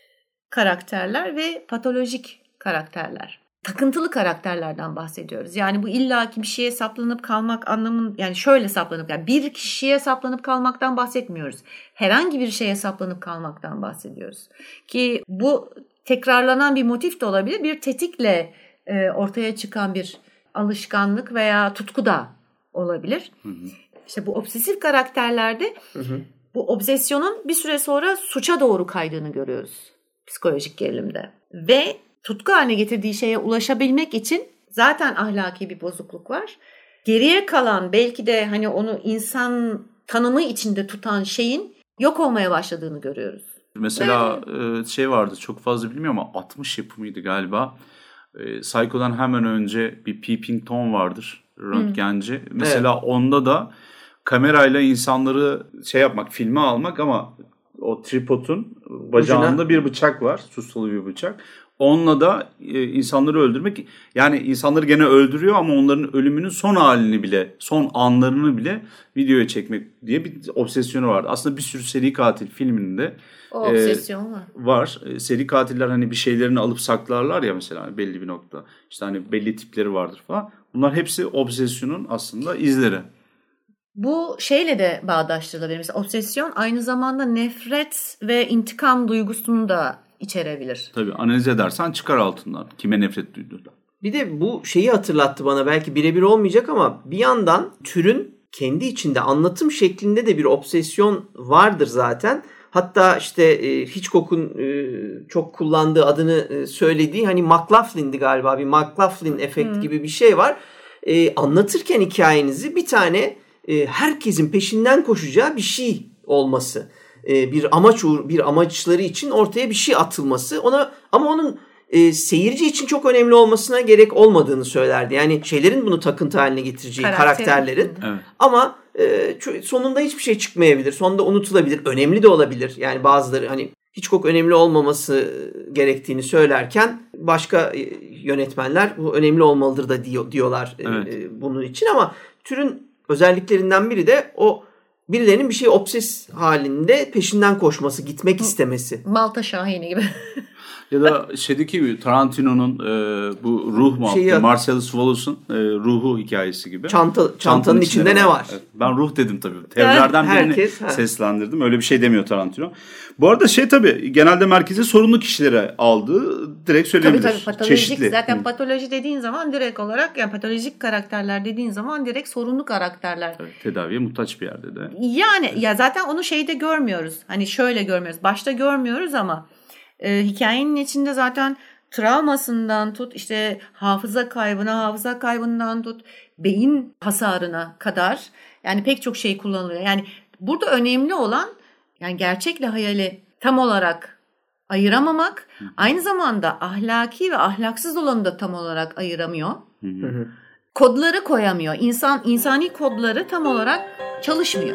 karakterler ve patolojik karakterler. Takıntılı karakterlerden bahsediyoruz. Yani bu illaki bir şeye saplanıp kalmak anlamın yani şöyle saplanıp yani bir kişiye saplanıp kalmaktan bahsetmiyoruz. Herhangi bir şeye saplanıp kalmaktan bahsediyoruz. Ki bu tekrarlanan bir motif de olabilir. Bir tetikle e, ortaya çıkan bir alışkanlık veya tutku da olabilir. Hı hı. İşte bu obsesif karakterlerde hı hı. bu obsesyonun bir süre sonra suça doğru kaydığını görüyoruz psikolojik gerilimde. Ve tutku haline getirdiği şeye ulaşabilmek için zaten ahlaki bir bozukluk var. Geriye kalan belki de hani onu insan tanımı içinde tutan şeyin yok olmaya başladığını görüyoruz. Mesela evet. şey vardı çok fazla bilmiyorum ama altmış yapımıydı galiba. Psycho'dan hemen önce bir Peeping Tom vardır. Röntgenci. Hmm. Mesela evet. onda da kamerayla insanları şey yapmak, filme almak ama o tripodun bacağında Ucuna. bir bıçak var. Sustalı bir bıçak. Onunla da e, insanları öldürmek, yani insanları gene öldürüyor ama onların ölümünün son halini bile, son anlarını bile videoya çekmek diye bir obsesyonu vardı. Aslında bir sürü seri katil filminde o obsesyon e, var. Var. E, seri katiller hani bir şeylerini alıp saklarlar ya mesela hani belli bir nokta. İşte hani belli tipleri vardır falan. Bunlar hepsi obsesyonun aslında izleri. Bu şeyle de bağdaştırılabilir. Mesela obsesyon aynı zamanda nefret ve intikam duygusunu da içerebilir. Tabii analiz edersen çıkar altından kime nefret duyduğunu. Bir de bu şeyi hatırlattı bana, belki birebir olmayacak ama bir yandan türün kendi içinde anlatım şeklinde de bir obsesyon vardır zaten. Hatta işte e, Hitchcock'un e, çok kullandığı, adını e, söylediği hani McLaughlin'di galiba, bir McLaughlin efekt hmm. gibi bir şey var. E, anlatırken hikayenizi bir tane e, herkesin peşinden koşacağı bir şey olması. bir amaç bir amaçları için ortaya bir şey atılması, ona ama onun e, seyirci için çok önemli olmasına gerek olmadığını söylerdi. Yani şeylerin bunu takıntı haline getireceği Karakter. karakterlerin evet. ama e, sonunda hiçbir şey çıkmayabilir. Sonunda unutulabilir. Önemli de olabilir. Yani bazıları hani Hitchcock önemli olmaması gerektiğini söylerken başka yönetmenler bu önemli olmalıdır da diyor, diyorlar evet. e, bunun için, ama türün özelliklerinden biri de o birilerinin bir şey obses halinde peşinden koşması, gitmek istemesi. Malta Şahini gibi. Ya da şeydeki Tarantino'nun e, bu ruh muhabbeti, Marcellus Wallace'ın e, ruhu hikayesi gibi. Çanta, çantanın, çantanın içinde, içinde ne var? Evet, ben ruh dedim tabii. Teorilerden birini Herkes, seslendirdim. Öyle bir şey demiyor Tarantino. Bu arada şey tabii genelde merkeze sorunlu kişilere aldığı direkt söyleyebiliriz. Tabii tabii patolojik. Çeşitli. Zaten Hı. patoloji dediğin zaman direkt olarak, yani patolojik karakterler dediğin zaman direkt sorunlu karakterler. Tabii, tedaviye muhtaç bir yerde de. Yani ya zaten onu şeyde görmüyoruz. Hani şöyle görmüyoruz. Başta görmüyoruz ama e, hikayenin içinde zaten travmasından tut, işte hafıza kaybına, hafıza kaybından tut, beyin hasarına kadar yani pek çok şey kullanılıyor. Yani burada önemli olan yani gerçekle hayali tam olarak ayıramamak, aynı zamanda ahlaki ve ahlaksız olanı da tam olarak ayıramıyor. Hı hı. Kodları koyamıyor. İnsan insani kodları tam olarak çalışmıyor.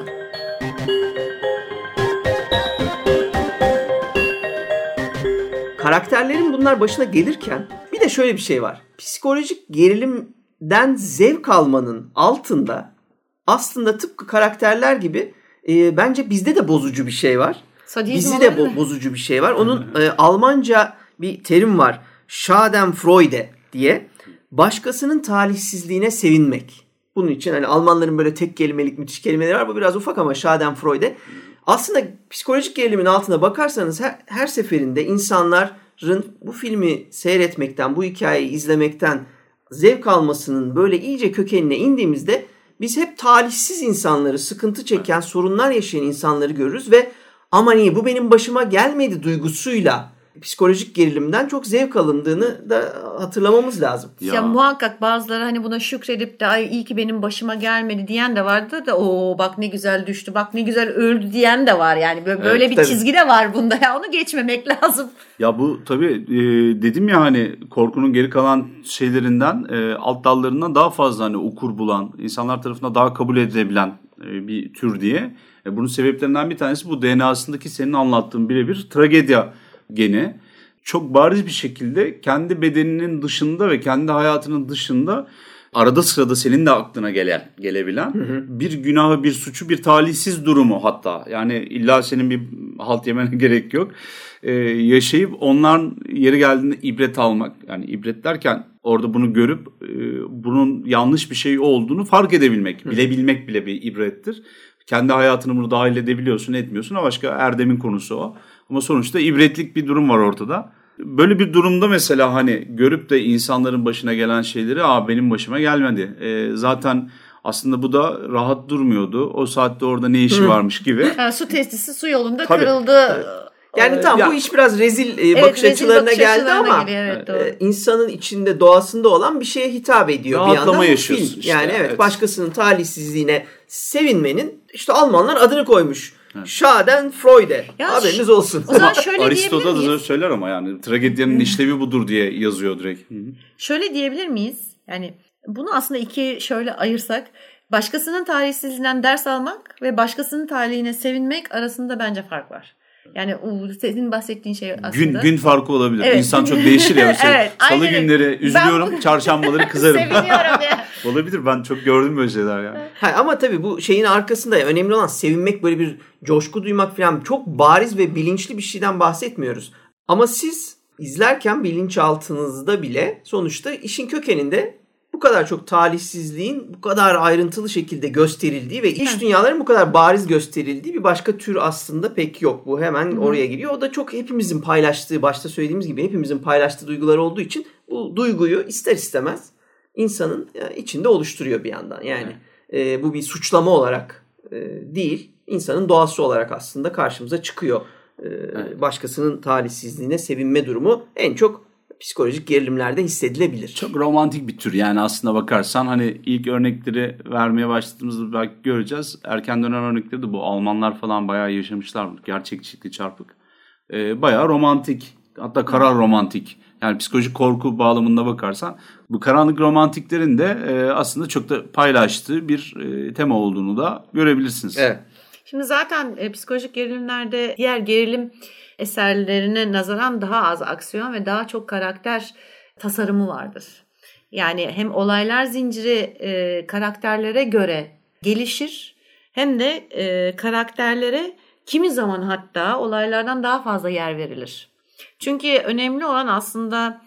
Karakterlerin bunlar başına gelirken bir de şöyle bir şey var. Psikolojik gerilimden zevk almanın altında aslında tıpkı karakterler gibi e, bence bizde de bozucu bir şey var. Sadizm Bizi de bo- bozucu bir şey var. Onun e, Almanca bir terim var. Schadenfreude diye. Başkasının talihsizliğine sevinmek. Bunun için hani Almanların böyle tek kelimelik müthiş kelimeleri var. Bu biraz ufak ama Schadenfreude. Aslında psikolojik gerilimin altına bakarsanız her, her seferinde insanların bu filmi seyretmekten, bu hikayeyi izlemekten zevk almasının böyle iyice kökenine indiğimizde biz hep talihsiz insanları, sıkıntı çeken, sorunlar yaşayan insanları görürüz ve aman iyi bu benim başıma gelmedi duygusuyla psikolojik gerilimden çok zevk alındığını da hatırlamamız lazım. Ya, Ya. muhakkak bazıları hani buna şükredip de ay iyi ki benim başıma gelmedi diyen de vardı da o bak ne güzel düştü, bak ne güzel öldü diyen de var yani böyle, böyle Evet, bir tabii. çizgi de var bunda ya, onu geçmemek lazım. Ya bu tabii e, dedim ya hani korkunun geri kalan şeylerinden e, alt dallarından daha fazla hani okur bulan, insanlar tarafından daha kabul edilebilen e, bir tür diye. E, bunun sebeplerinden bir tanesi bu D N A'sındaki senin anlattığın birebir tragedya geni. Çok bariz bir şekilde kendi bedeninin dışında ve kendi hayatının dışında arada sırada senin de aklına gelen, gelebilen hı hı. bir günahı, bir suçu, bir talihsiz durumu hatta. Yani illa senin bir halt yemene gerek yok. Ee, yaşayıp onların yeri geldiğinde ibret almak. Yani ibret derken orada bunu görüp e, bunun yanlış bir şey olduğunu fark edebilmek, hı. bilebilmek bile bir ibrettir. Kendi hayatını bunu dahil edebiliyorsun, etmiyorsun. O başka erdemin konusu o. Ama sonuçta ibretlik bir durum var ortada. Böyle bir durumda mesela hani görüp de insanların başına gelen şeyleri aa benim başıma gelmedi. E, zaten aslında bu da rahat durmuyordu. O saatte orada ne işi varmış gibi. Yani su testisi su yolunda Tabii. kırıldı. Evet. Yani tam ya, bu iş biraz rezil e, evet, bakış rezil açılarına bakış geldi açılarına ama geliyor, evet, e, insanın içinde doğasında olan bir şeye hitap ediyor bir rahatlama yandan. yaşıyorsun Film. işte, Yani evet, evet başkasının talihsizliğine sevinmenin işte Almanlar adını koymuş. Evet. Schadenfreude. Ya haberiniz olsun. O zaman şöyle Aristo diyebilir da miyiz? söyler ama yani tragedyanın işlevi budur diye yazıyor direkt. Hı-hı. Şöyle diyebilir miyiz? Yani bunu aslında ikiye şöyle ayırsak, başkasının talihsizliğinden ders almak ve başkasının talihine sevinmek arasında bence fark var. Yani o senin bahsettiğin şey aslında. Gün gün farkı olabilir. Evet. İnsan çok değişir ya. Mesela evet, Salı aynen. günleri üzülüyorum, Ben... çarşambaları kızarım. Seviniyorum ya. Olabilir, ben çok gördüm böyle şeyler yani. Ha, ama tabii bu şeyin arkasında önemli olan sevinmek, böyle bir coşku duymak falan, çok bariz ve bilinçli bir şeyden bahsetmiyoruz. Ama siz izlerken bilinçaltınızda bile sonuçta işin kökeninde bu kadar çok talihsizliğin bu kadar ayrıntılı şekilde gösterildiği ve iç dünyaların bu kadar bariz gösterildiği bir başka tür aslında pek yok. Bu hemen Hı-hı. oraya giriyor. O da çok hepimizin paylaştığı, başta söylediğimiz gibi hepimizin paylaştığı duygular olduğu için bu duyguyu ister istemez insanın içinde oluşturuyor bir yandan. Yani e, bu bir suçlama olarak e, değil, insanın doğası olarak aslında karşımıza çıkıyor. E, evet. Başkasının talihsizliğine sevinme durumu en çok psikolojik gerilimlerde hissedilebilir. Çok romantik bir tür yani aslında bakarsan, hani ilk örnekleri vermeye başladığımızda belki göreceğiz. Erken dönem örnekleri de bu Almanlar falan bayağı yaşamışlar. Gerçekçilikli çarpık. Ee, bayağı romantik, hatta karar romantik. Yani psikolojik korku bağlamında bakarsan bu karanlık romantiklerin de e, aslında çok da paylaştığı bir e, tema olduğunu da görebilirsiniz. Evet. Şimdi zaten e, psikolojik gerilimlerde diğer gerilim eserlerine nazaran daha az aksiyon ve daha çok karakter tasarımı vardır. Yani hem olaylar zinciri e, karakterlere göre gelişir, hem de e, karakterlere kimi zaman hatta olaylardan daha fazla yer verilir. Çünkü önemli olan aslında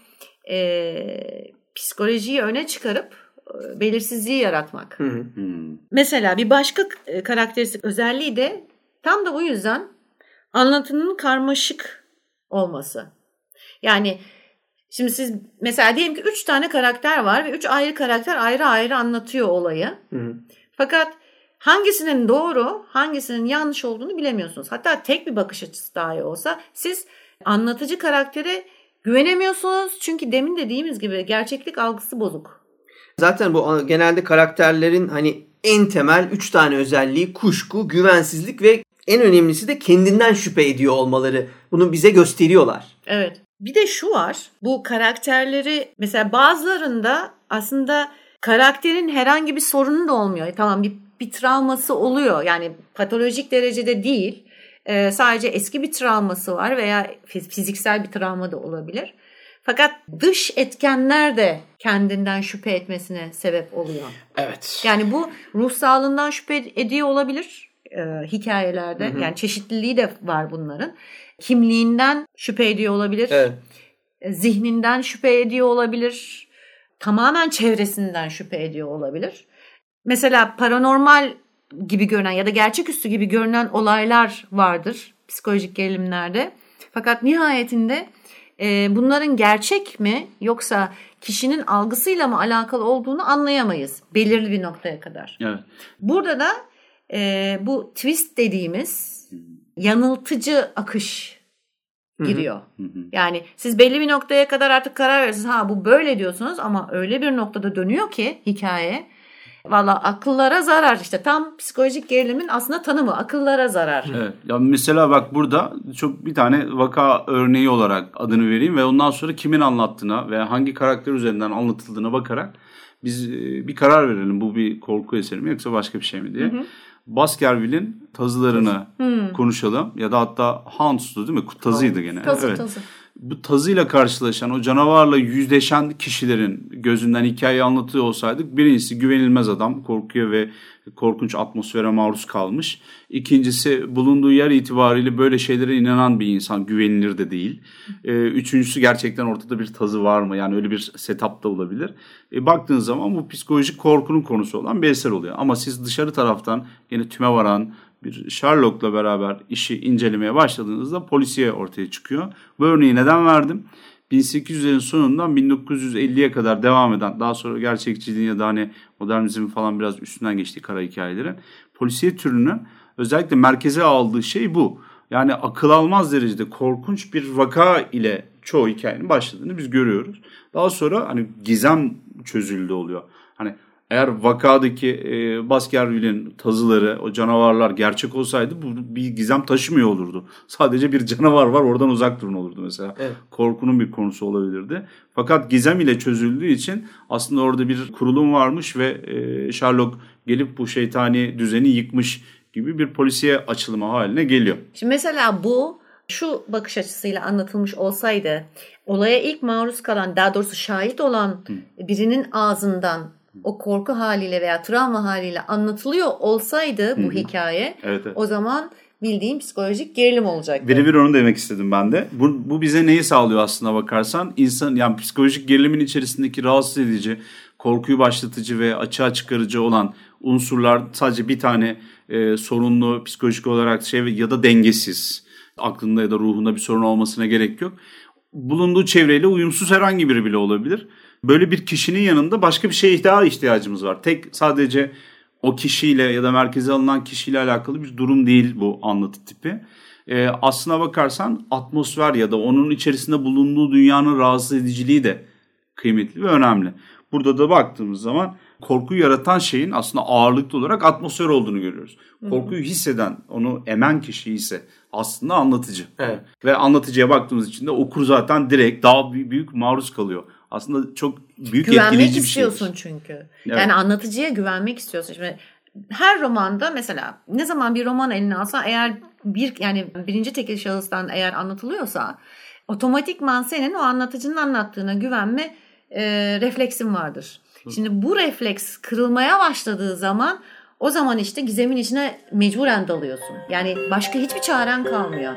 e, psikolojiyi öne çıkarıp e, belirsizliği yaratmak. Hı hı. Mesela bir başka e, karakteristik özelliği de tam da bu yüzden anlatının karmaşık olması. Yani şimdi siz mesela diyelim ki üç tane karakter var ve üç ayrı karakter ayrı ayrı anlatıyor olayı. Hı hı. Fakat hangisinin doğru, hangisinin yanlış olduğunu bilemiyorsunuz. Hatta tek bir bakış açısı dahi olsa siz Anlatıcı karaktere güvenemiyorsunuz çünkü demin dediğimiz gibi gerçeklik algısı bozuk. Zaten bu genelde karakterlerin hani en temel üç tane özelliği kuşku, güvensizlik ve en önemlisi de kendinden şüphe ediyor olmaları. Bunu bize gösteriyorlar. Evet. Bir de şu var. Bu karakterleri mesela bazılarında aslında karakterin herhangi bir sorunu da olmuyor. E, tamam bir, bir travması oluyor. Yani patolojik derecede değil. Ee, sadece eski bir travması var veya fiziksel bir travma da olabilir. Fakat dış etkenler de kendinden şüphe etmesine sebep oluyor. Evet. Yani bu ruh sağlığından şüphe ediyor olabilir e, hikayelerde. Hı hı. Yani çeşitliliği de var bunların. Kimliğinden şüphe ediyor olabilir. Evet. Zihninden şüphe ediyor olabilir. Tamamen çevresinden şüphe ediyor olabilir. Mesela paranormal gibi görünen ya da gerçeküstü gibi görünen olaylar vardır psikolojik gerilimlerde. Fakat nihayetinde e, bunların gerçek mi yoksa kişinin algısıyla mı alakalı olduğunu anlayamayız belirli bir noktaya kadar. Evet. Burada da e, bu twist dediğimiz yanıltıcı akış giriyor. Hı hı. Yani siz belli bir noktaya kadar artık karar verirsiniz. Ha bu böyle diyorsunuz ama öyle bir noktada dönüyor ki hikaye. Valla akıllara zarar işte tam psikolojik gerilimin aslında tanımı akıllara zarar. Evet. Ya mesela bak burada çok bir tane vaka örneği olarak adını vereyim ve ondan sonra kimin anlattığına ve hangi karakter üzerinden anlatıldığına bakarak biz bir karar verelim. Bu bir korku eseri mi yoksa başka bir şey mi diye. Hı hı. Baskerville'in tazılarını hmm. konuşalım ya da hatta Hans'tu değil mi? Tazıydı gene. Tazı evet. tazı. Bu tazıyla karşılaşan, o canavarla yüzleşen kişilerin gözünden hikayeyi anlatıyor olsaydık birincisi güvenilmez adam, korkuya ve korkunç atmosfere maruz kalmış. İkincisi bulunduğu yer itibariyle böyle şeylere inanan bir insan, güvenilir de değil. Ee, üçüncüsü gerçekten ortada bir tazı var mı? Yani öyle bir setup da olabilir. E, baktığınız zaman bu psikolojik korkunun konusu olan bir eser oluyor. Ama siz dışarı taraftan yine tüme varan bir Sherlock'la beraber işi incelemeye başladığınızda polisiye ortaya çıkıyor. Bu örneği neden verdim? bin sekiz yüzlerin sonundan bin dokuz yüz elliye kadar devam eden, daha sonra gerçekçiliğin ya da hani modernizmin falan biraz üstünden geçtiği kara hikayelerin polisiye türünün özellikle merkeze aldığı şey bu. Yani akıl almaz derecede korkunç bir vaka ile çoğu hikayenin başladığını biz görüyoruz. Daha sonra hani gizem çözüldü oluyor. Hani eğer vakadaki e, Baskerville'in tazıları, o canavarlar gerçek olsaydı bu bir gizem taşımıyor olurdu. Sadece bir canavar var, oradan uzak durun olurdu mesela. Evet. Korkunun bir konusu olabilirdi. Fakat gizem ile çözüldüğü için aslında orada bir kurulum varmış ve e, Sherlock gelip bu şeytani düzeni yıkmış gibi bir polisiye açılımı haline geliyor. Şimdi mesela bu şu bakış açısıyla anlatılmış olsaydı, olaya ilk maruz kalan, daha doğrusu şahit olan Hı. birinin ağzından o korku haliyle veya travma haliyle anlatılıyor olsaydı bu Hı-hı. hikaye evet, evet. o zaman bildiğin psikolojik gerilim olacaktı. Birebir onu demek istedim ben de. Bu, bu bize neyi sağlıyor aslına bakarsan? İnsan, yani psikolojik gerilimin içerisindeki rahatsız edici, korkuyu başlatıcı ve açığa çıkarıcı olan unsurlar sadece bir tane e, sorunlu psikolojik olarak şey ya da dengesiz, aklında ya da ruhunda bir sorun olmasına gerek yok. Bulunduğu çevreyle uyumsuz herhangi biri bile olabilir. Böyle bir kişinin yanında başka bir şeye daha ihtiyacımız var. Tek sadece o kişiyle ya da merkeze alınan kişiyle alakalı bir durum değil bu anlatı tipi. Ee, aslına bakarsan atmosfer ya da onun içerisinde bulunduğu dünyanın rahatsız ediciliği de kıymetli ve önemli. Burada da baktığımız zaman korkuyu yaratan şeyin aslında ağırlıklı olarak atmosfer olduğunu görüyoruz. Korkuyu hisseden, onu emen kişi ise aslında anlatıcı. Evet. Ve anlatıcıya baktığımız için de okur zaten direkt daha büyük maruz kalıyor. Aslında çok büyük etkileyici bir şey. Güvenmek istiyorsun çünkü. Evet. Yani anlatıcıya güvenmek istiyorsun. Şimdi her romanda mesela ne zaman bir roman eline alsan eğer bir yani birinci tekil şahıstan eğer anlatılıyorsa otomatikman senin o anlatıcının anlattığına güvenme e, refleksin vardır. Şimdi bu refleks kırılmaya başladığı zaman o zaman işte gizemin içine mecburen dalıyorsun. Yani başka hiçbir çaren kalmıyor.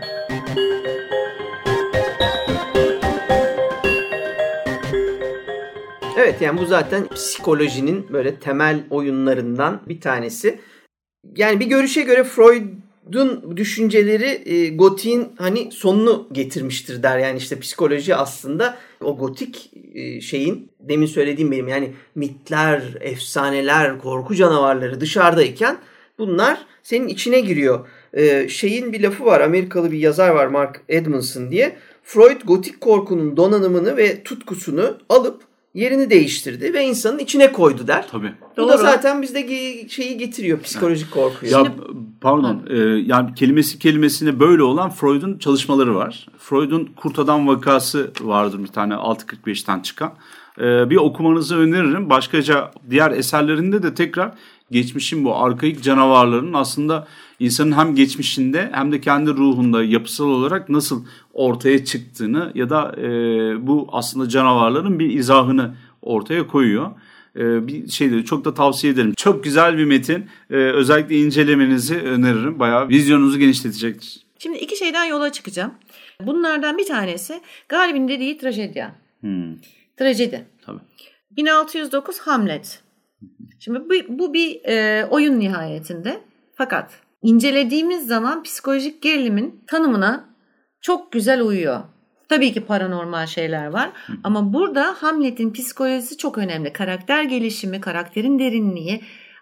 Evet, yani bu zaten psikolojinin böyle temel oyunlarından bir tanesi. Yani bir görüşe göre Freud'un düşünceleri e, gotiğin hani sonunu getirmiştir der. Yani işte psikoloji aslında o gotik e, şeyin demin söylediğim benim yani mitler, efsaneler, korku canavarları dışarıdayken bunlar senin içine giriyor. E, şeyin bir lafı var, Amerikalı bir yazar var Mark Edmondson diye. Freud gotik korkunun donanımını ve tutkusunu alıp yerini değiştirdi ve insanın içine koydu der. Tabii. Bu da zaten bizde şeyi getiriyor, psikolojik korkuyu. Ya Şimdi, pardon, e, yani kelimesi kelimesine böyle olan Freud'un çalışmaları var. Freud'un Kurt Adam vakası vardır bir tane altı kırk beşten çıkan. E, bir okumanızı öneririm. Başkaca diğer eserlerinde de tekrar geçmişin bu arkaik canavarların aslında insanın hem geçmişinde hem de kendi ruhunda yapısal olarak nasıl ortaya çıktığını ya da e, bu aslında canavarların bir izahını ortaya koyuyor. E, bir şeyleri çok da tavsiye ederim. Çok güzel bir metin. E, özellikle incelemenizi öneririm. Bayağı vizyonunuzu genişletecektir. Şimdi iki şeyden yola çıkacağım. Bunlardan bir tanesi Galib'in dediği trajedya. Hmm. Trajedi. Tabii. bin altı yüz dokuz Hamlet. Şimdi bu, bu bir e, oyun nihayetinde. Fakat incelediğimiz zaman psikolojik gerilimin tanımına çok güzel uyuyor. Tabii ki paranormal şeyler var. Hı. Ama burada Hamlet'in psikolojisi çok önemli. Karakter gelişimi, karakterin derinliği,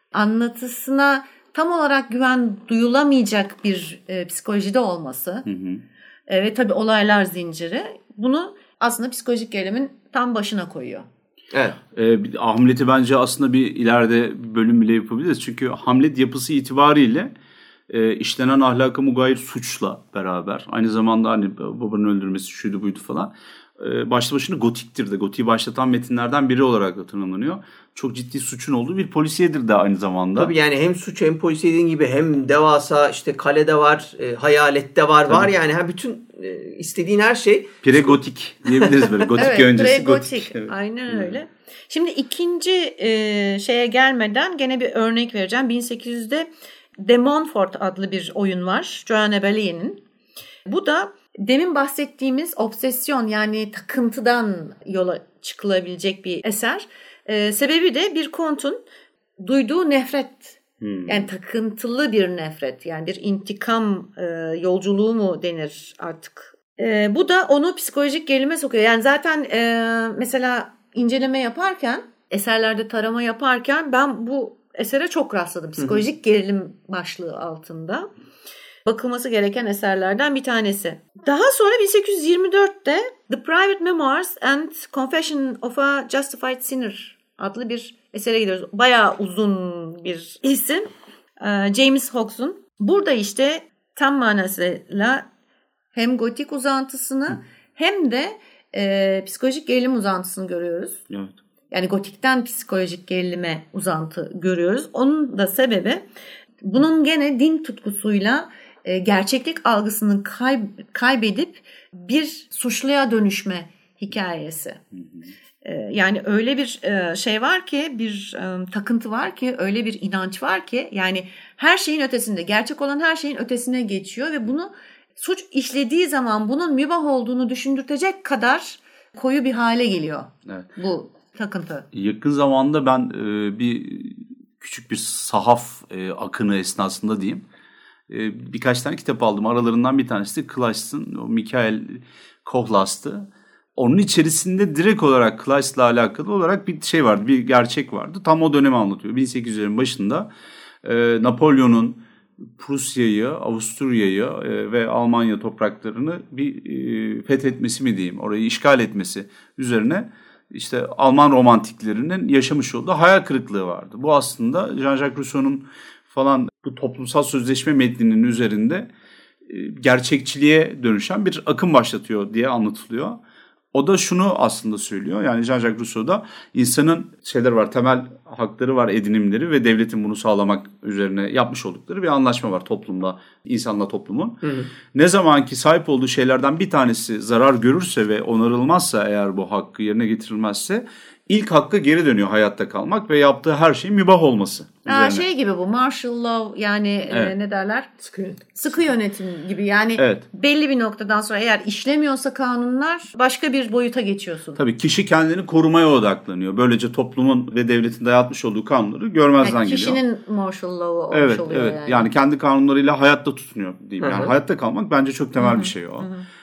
anlatısına tam olarak güven duyulamayacak bir e, psikolojide olması. Hı hı. E, ve tabii olaylar zinciri. Bunu aslında psikolojik gerilimin tam başına koyuyor. Evet. E, Hamlet'i bence aslında bir ileride bir bölüm bile yapabiliriz. Çünkü Hamlet yapısı itibariyle e, işlenen ahlaka mugayir suçla beraber aynı zamanda hani babanın öldürmesi şuydu buydu falan e, başlı başına gotiktir de gotiği başlatan metinlerden biri olarak da tanımlanıyor. Çok ciddi suçun olduğu bir polisiyedir de aynı zamanda. Tabii yani hem suç hem polisiye dediğin gibi hem devasa işte kalede var, e, hayalette var Tabii. var yani ha bütün e, istediğin her şey. Pre-gotik diyebiliriz böyle gotik evet, öncesi gotik. gotik. Evet. Aynen öyle. Hmm. Şimdi ikinci e, şeye gelmeden gene bir örnek vereceğim. bin sekiz yüzde De Montfort adlı bir oyun var. Joanna Baillie'nin. Bu da demin bahsettiğimiz obsesyon yani takıntıdan yola çıkılabilecek bir eser. Ee, sebebi de bir kontun duyduğu nefret. Hmm. Yani takıntılı bir nefret. Yani bir intikam e, yolculuğu mu denir artık. E, bu da onu psikolojik gerilime sokuyor. Yani zaten e, mesela inceleme yaparken, eserlerde tarama yaparken ben bu esere çok rastladım. Psikolojik hmm. gerilim başlığı altında. Bakılması gereken eserlerden bir tanesi. Daha sonra bin sekiz yüz yirmi dörtte The Private Memoirs and Confession of a Justified Sinner adlı bir esere gidiyoruz. Bayağı uzun bir isim. James Hawkes'un. Burada işte tam manasıyla hem gotik uzantısını Hı. hem de e, psikolojik gerilim uzantısını görüyoruz. Evet. Yani gotikten psikolojik gerilime uzantı görüyoruz. Onun da sebebi bunun gene din tutkusuyla e, gerçeklik algısını kay, kaybedip bir suçluya dönüşme hikayesi. Hı hı. E, yani öyle bir e, şey var ki, bir e, takıntı var ki, öyle bir inanç var ki yani her şeyin ötesinde, gerçek olan her şeyin ötesine geçiyor ve bunu suç işlediği zaman bunun mübah olduğunu düşündürtecek kadar koyu bir hale geliyor. Evet. Bu takıntı. Yakın zamanda ben e, bir küçük bir sahaf e, akını esnasında diyeyim. E, birkaç tane kitap aldım. Aralarından bir tanesi de Kleist'in, o Michael Kohlast'ı. Onun içerisinde direkt olarak Kleist'la alakalı olarak bir şey vardı, bir gerçek vardı. Tam o dönemi anlatıyor. bin sekiz yüzlerin başında e, Napolyon'un Prusya'yı, Avusturya'yı e, ve Almanya topraklarını bir e, fethetmesi mi diyeyim, orayı işgal etmesi üzerine işte Alman romantiklerinin yaşamış olduğu hayal kırıklığı vardı. Bu aslında Jean-Jacques Rousseau'nun falan bu toplumsal sözleşme metninin üzerinde e, gerçekçiliğe dönüşen bir akım başlatıyor diye anlatılıyor. O da şunu aslında söylüyor. Yani Jean-Jacques Rousseau'da insanın şeyler var, temel hakları var, edinimleri ve devletin bunu sağlamak üzerine yapmış oldukları bir anlaşma var toplumla, insanla toplumun. Hı hı. Ne zaman ki sahip olduğu şeylerden bir tanesi zarar görürse ve onarılmazsa, eğer bu hakkı yerine getirilmezse ilk hakkı geri dönüyor, hayatta kalmak ve yaptığı her şeyin mübah olması. Aa, şey gibi bu martial law yani evet. e, ne derler? Sıkı yönetim. Sıkı yönetim gibi yani evet. Belli bir noktadan sonra eğer işlemiyorsa kanunlar başka bir boyuta geçiyorsun. Tabii kişi kendini korumaya odaklanıyor. Böylece toplumun ve devletin dayatmış olduğu kanunları görmezden yani geliyor. Kişinin martial law'u olmuş evet, oluyor evet. yani. Yani kendi kanunlarıyla hayatta tutunuyor diyeyim. Yani hayatta kalmak bence çok temel Hı-hı. bir şey o. Hı-hı.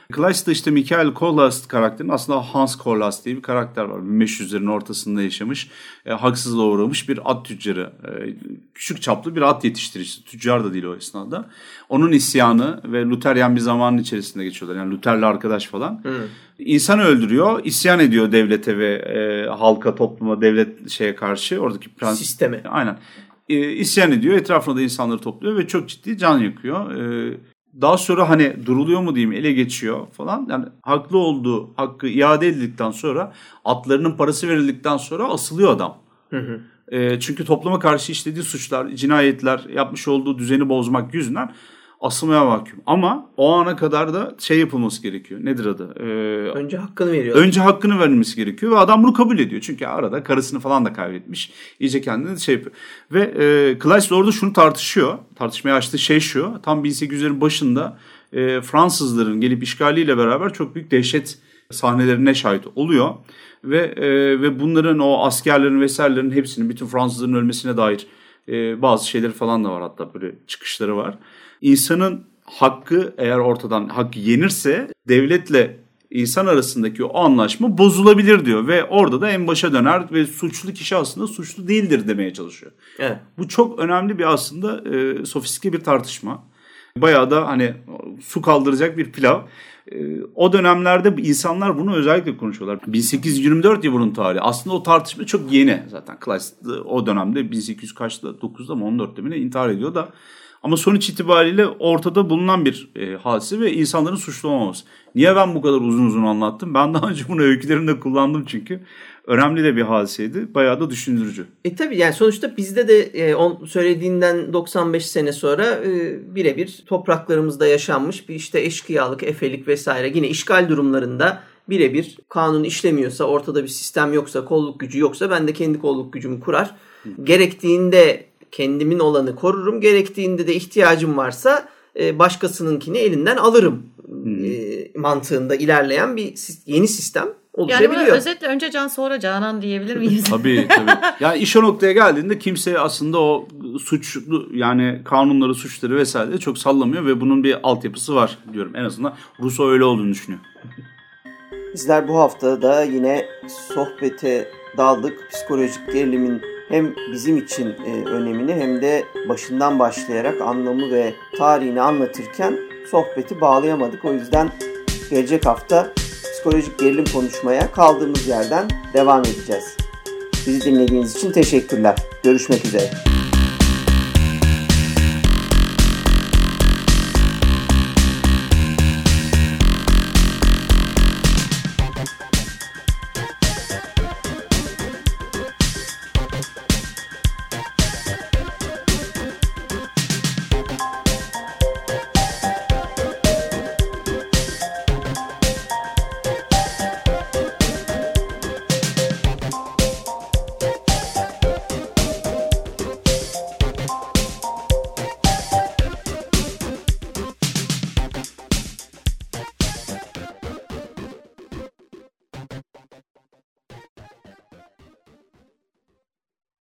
Kleist'te işte Michael Kohlhaas karakterinin aslında Hans Kohlhaas diye bir karakter var. bin beş yüzlerin ortasında yaşamış, e, haksızlığa uğramış bir at tüccarı. E, küçük çaplı bir at yetiştiricisi. Tüccar da değil o esnada. Onun isyanı ve Luteryen bir zamanın içerisinde geçiyorlar. Yani Luther'le arkadaş falan. Hmm. İnsanı öldürüyor, isyan ediyor devlete ve e, halka, topluma, devlet şeye karşı. Oradaki prens... Sisteme. Aynen. E, isyan ediyor, etrafında da insanları topluyor ve çok ciddi can yakıyor. E, Daha sonra hani duruluyor mu diyeyim, ele geçiyor falan. Yani haklı olduğu hakkı iade edildikten sonra, atlarının parası verildikten sonra asılıyor adam. Hı hı. E, çünkü topluma karşı işlediği suçlar, cinayetler, yapmış olduğu düzeni bozmak yüzünden asılmaya mahkum. Ama o ana kadar da şey yapılması gerekiyor. Nedir adı? Ee, önce hakkını veriyor. Önce hakkını verilmesi gerekiyor ve adam bunu kabul ediyor. Çünkü arada karısını falan da kaybetmiş. İyice kendini şey yapıyor. Ve e, Kleist orada şunu tartışıyor. Tartışmaya açtığı şey şu. Tam bin sekiz yüzlerin başında e, Fransızların gelip işgaliyle beraber çok büyük dehşet sahnelerine şahit oluyor. Ve e, ve bunların, o askerlerin vesairelerin hepsinin, bütün Fransızların ölmesine dair e, bazı şeyleri falan da var, hatta böyle çıkışları var. İnsanın hakkı eğer ortadan, hakkı yenirse devletle insan arasındaki o anlaşma bozulabilir diyor. Ve orada da en başa döner ve suçlu kişi aslında suçlu değildir demeye çalışıyor. Evet. Bu çok önemli bir aslında e, sofistike bir tartışma. Bayağı da hani su kaldıracak bir pilav. E, o dönemlerde insanlar bunu özellikle konuşuyorlar. bin sekiz yüz yirmi dört yıl bunun tarihi. Aslında o tartışma çok yeni zaten. Kleist o dönemde bin sekiz yüz kaçta, dokuzda mı on dörtte mi ne intihar ediyor da. Ama sonuç itibariyle ortada bulunan bir e, hadise ve insanların suçlu olmaması. Niye ben bu kadar uzun uzun anlattım? Ben daha önce bunu öykülerimde kullandım çünkü. Önemli de bir hadiseydi. Bayağı da düşündürücü. E tabii yani sonuçta bizde de e, on, söylediğinden doksan beş sene sonra e, birebir topraklarımızda yaşanmış bir işte eşkıyalık, efelik vesaire, yine işgal durumlarında birebir kanun işlemiyorsa, ortada bir sistem yoksa, kolluk gücü yoksa ben de kendi kolluk gücümü kurar. Hı. Gerektiğinde kendimin olanı korurum. Gerektiğinde de ihtiyacım varsa başkasınınkini elinden alırım hmm. mantığında ilerleyen bir yeni sistem oluşabiliyor. Yani özetle önce can sonra canan diyebilir miyiz? Tabii tabii. Yani iş o noktaya geldiğinde kimse aslında o suçlu, yani kanunları, suçları vesaire çok sallamıyor ve bunun bir altyapısı var diyorum. En azından Rousseau öyle olduğunu düşünüyor. Bizler bu hafta da yine sohbete daldık. Psikolojik gerilimin hem bizim için e, önemini hem de başından başlayarak anlamı ve tarihini anlatırken sohbeti bağlayamadık. O yüzden gelecek hafta psikolojik gerilim konuşmaya kaldığımız yerden devam edeceğiz. Bizi dinlediğiniz için teşekkürler. Görüşmek üzere.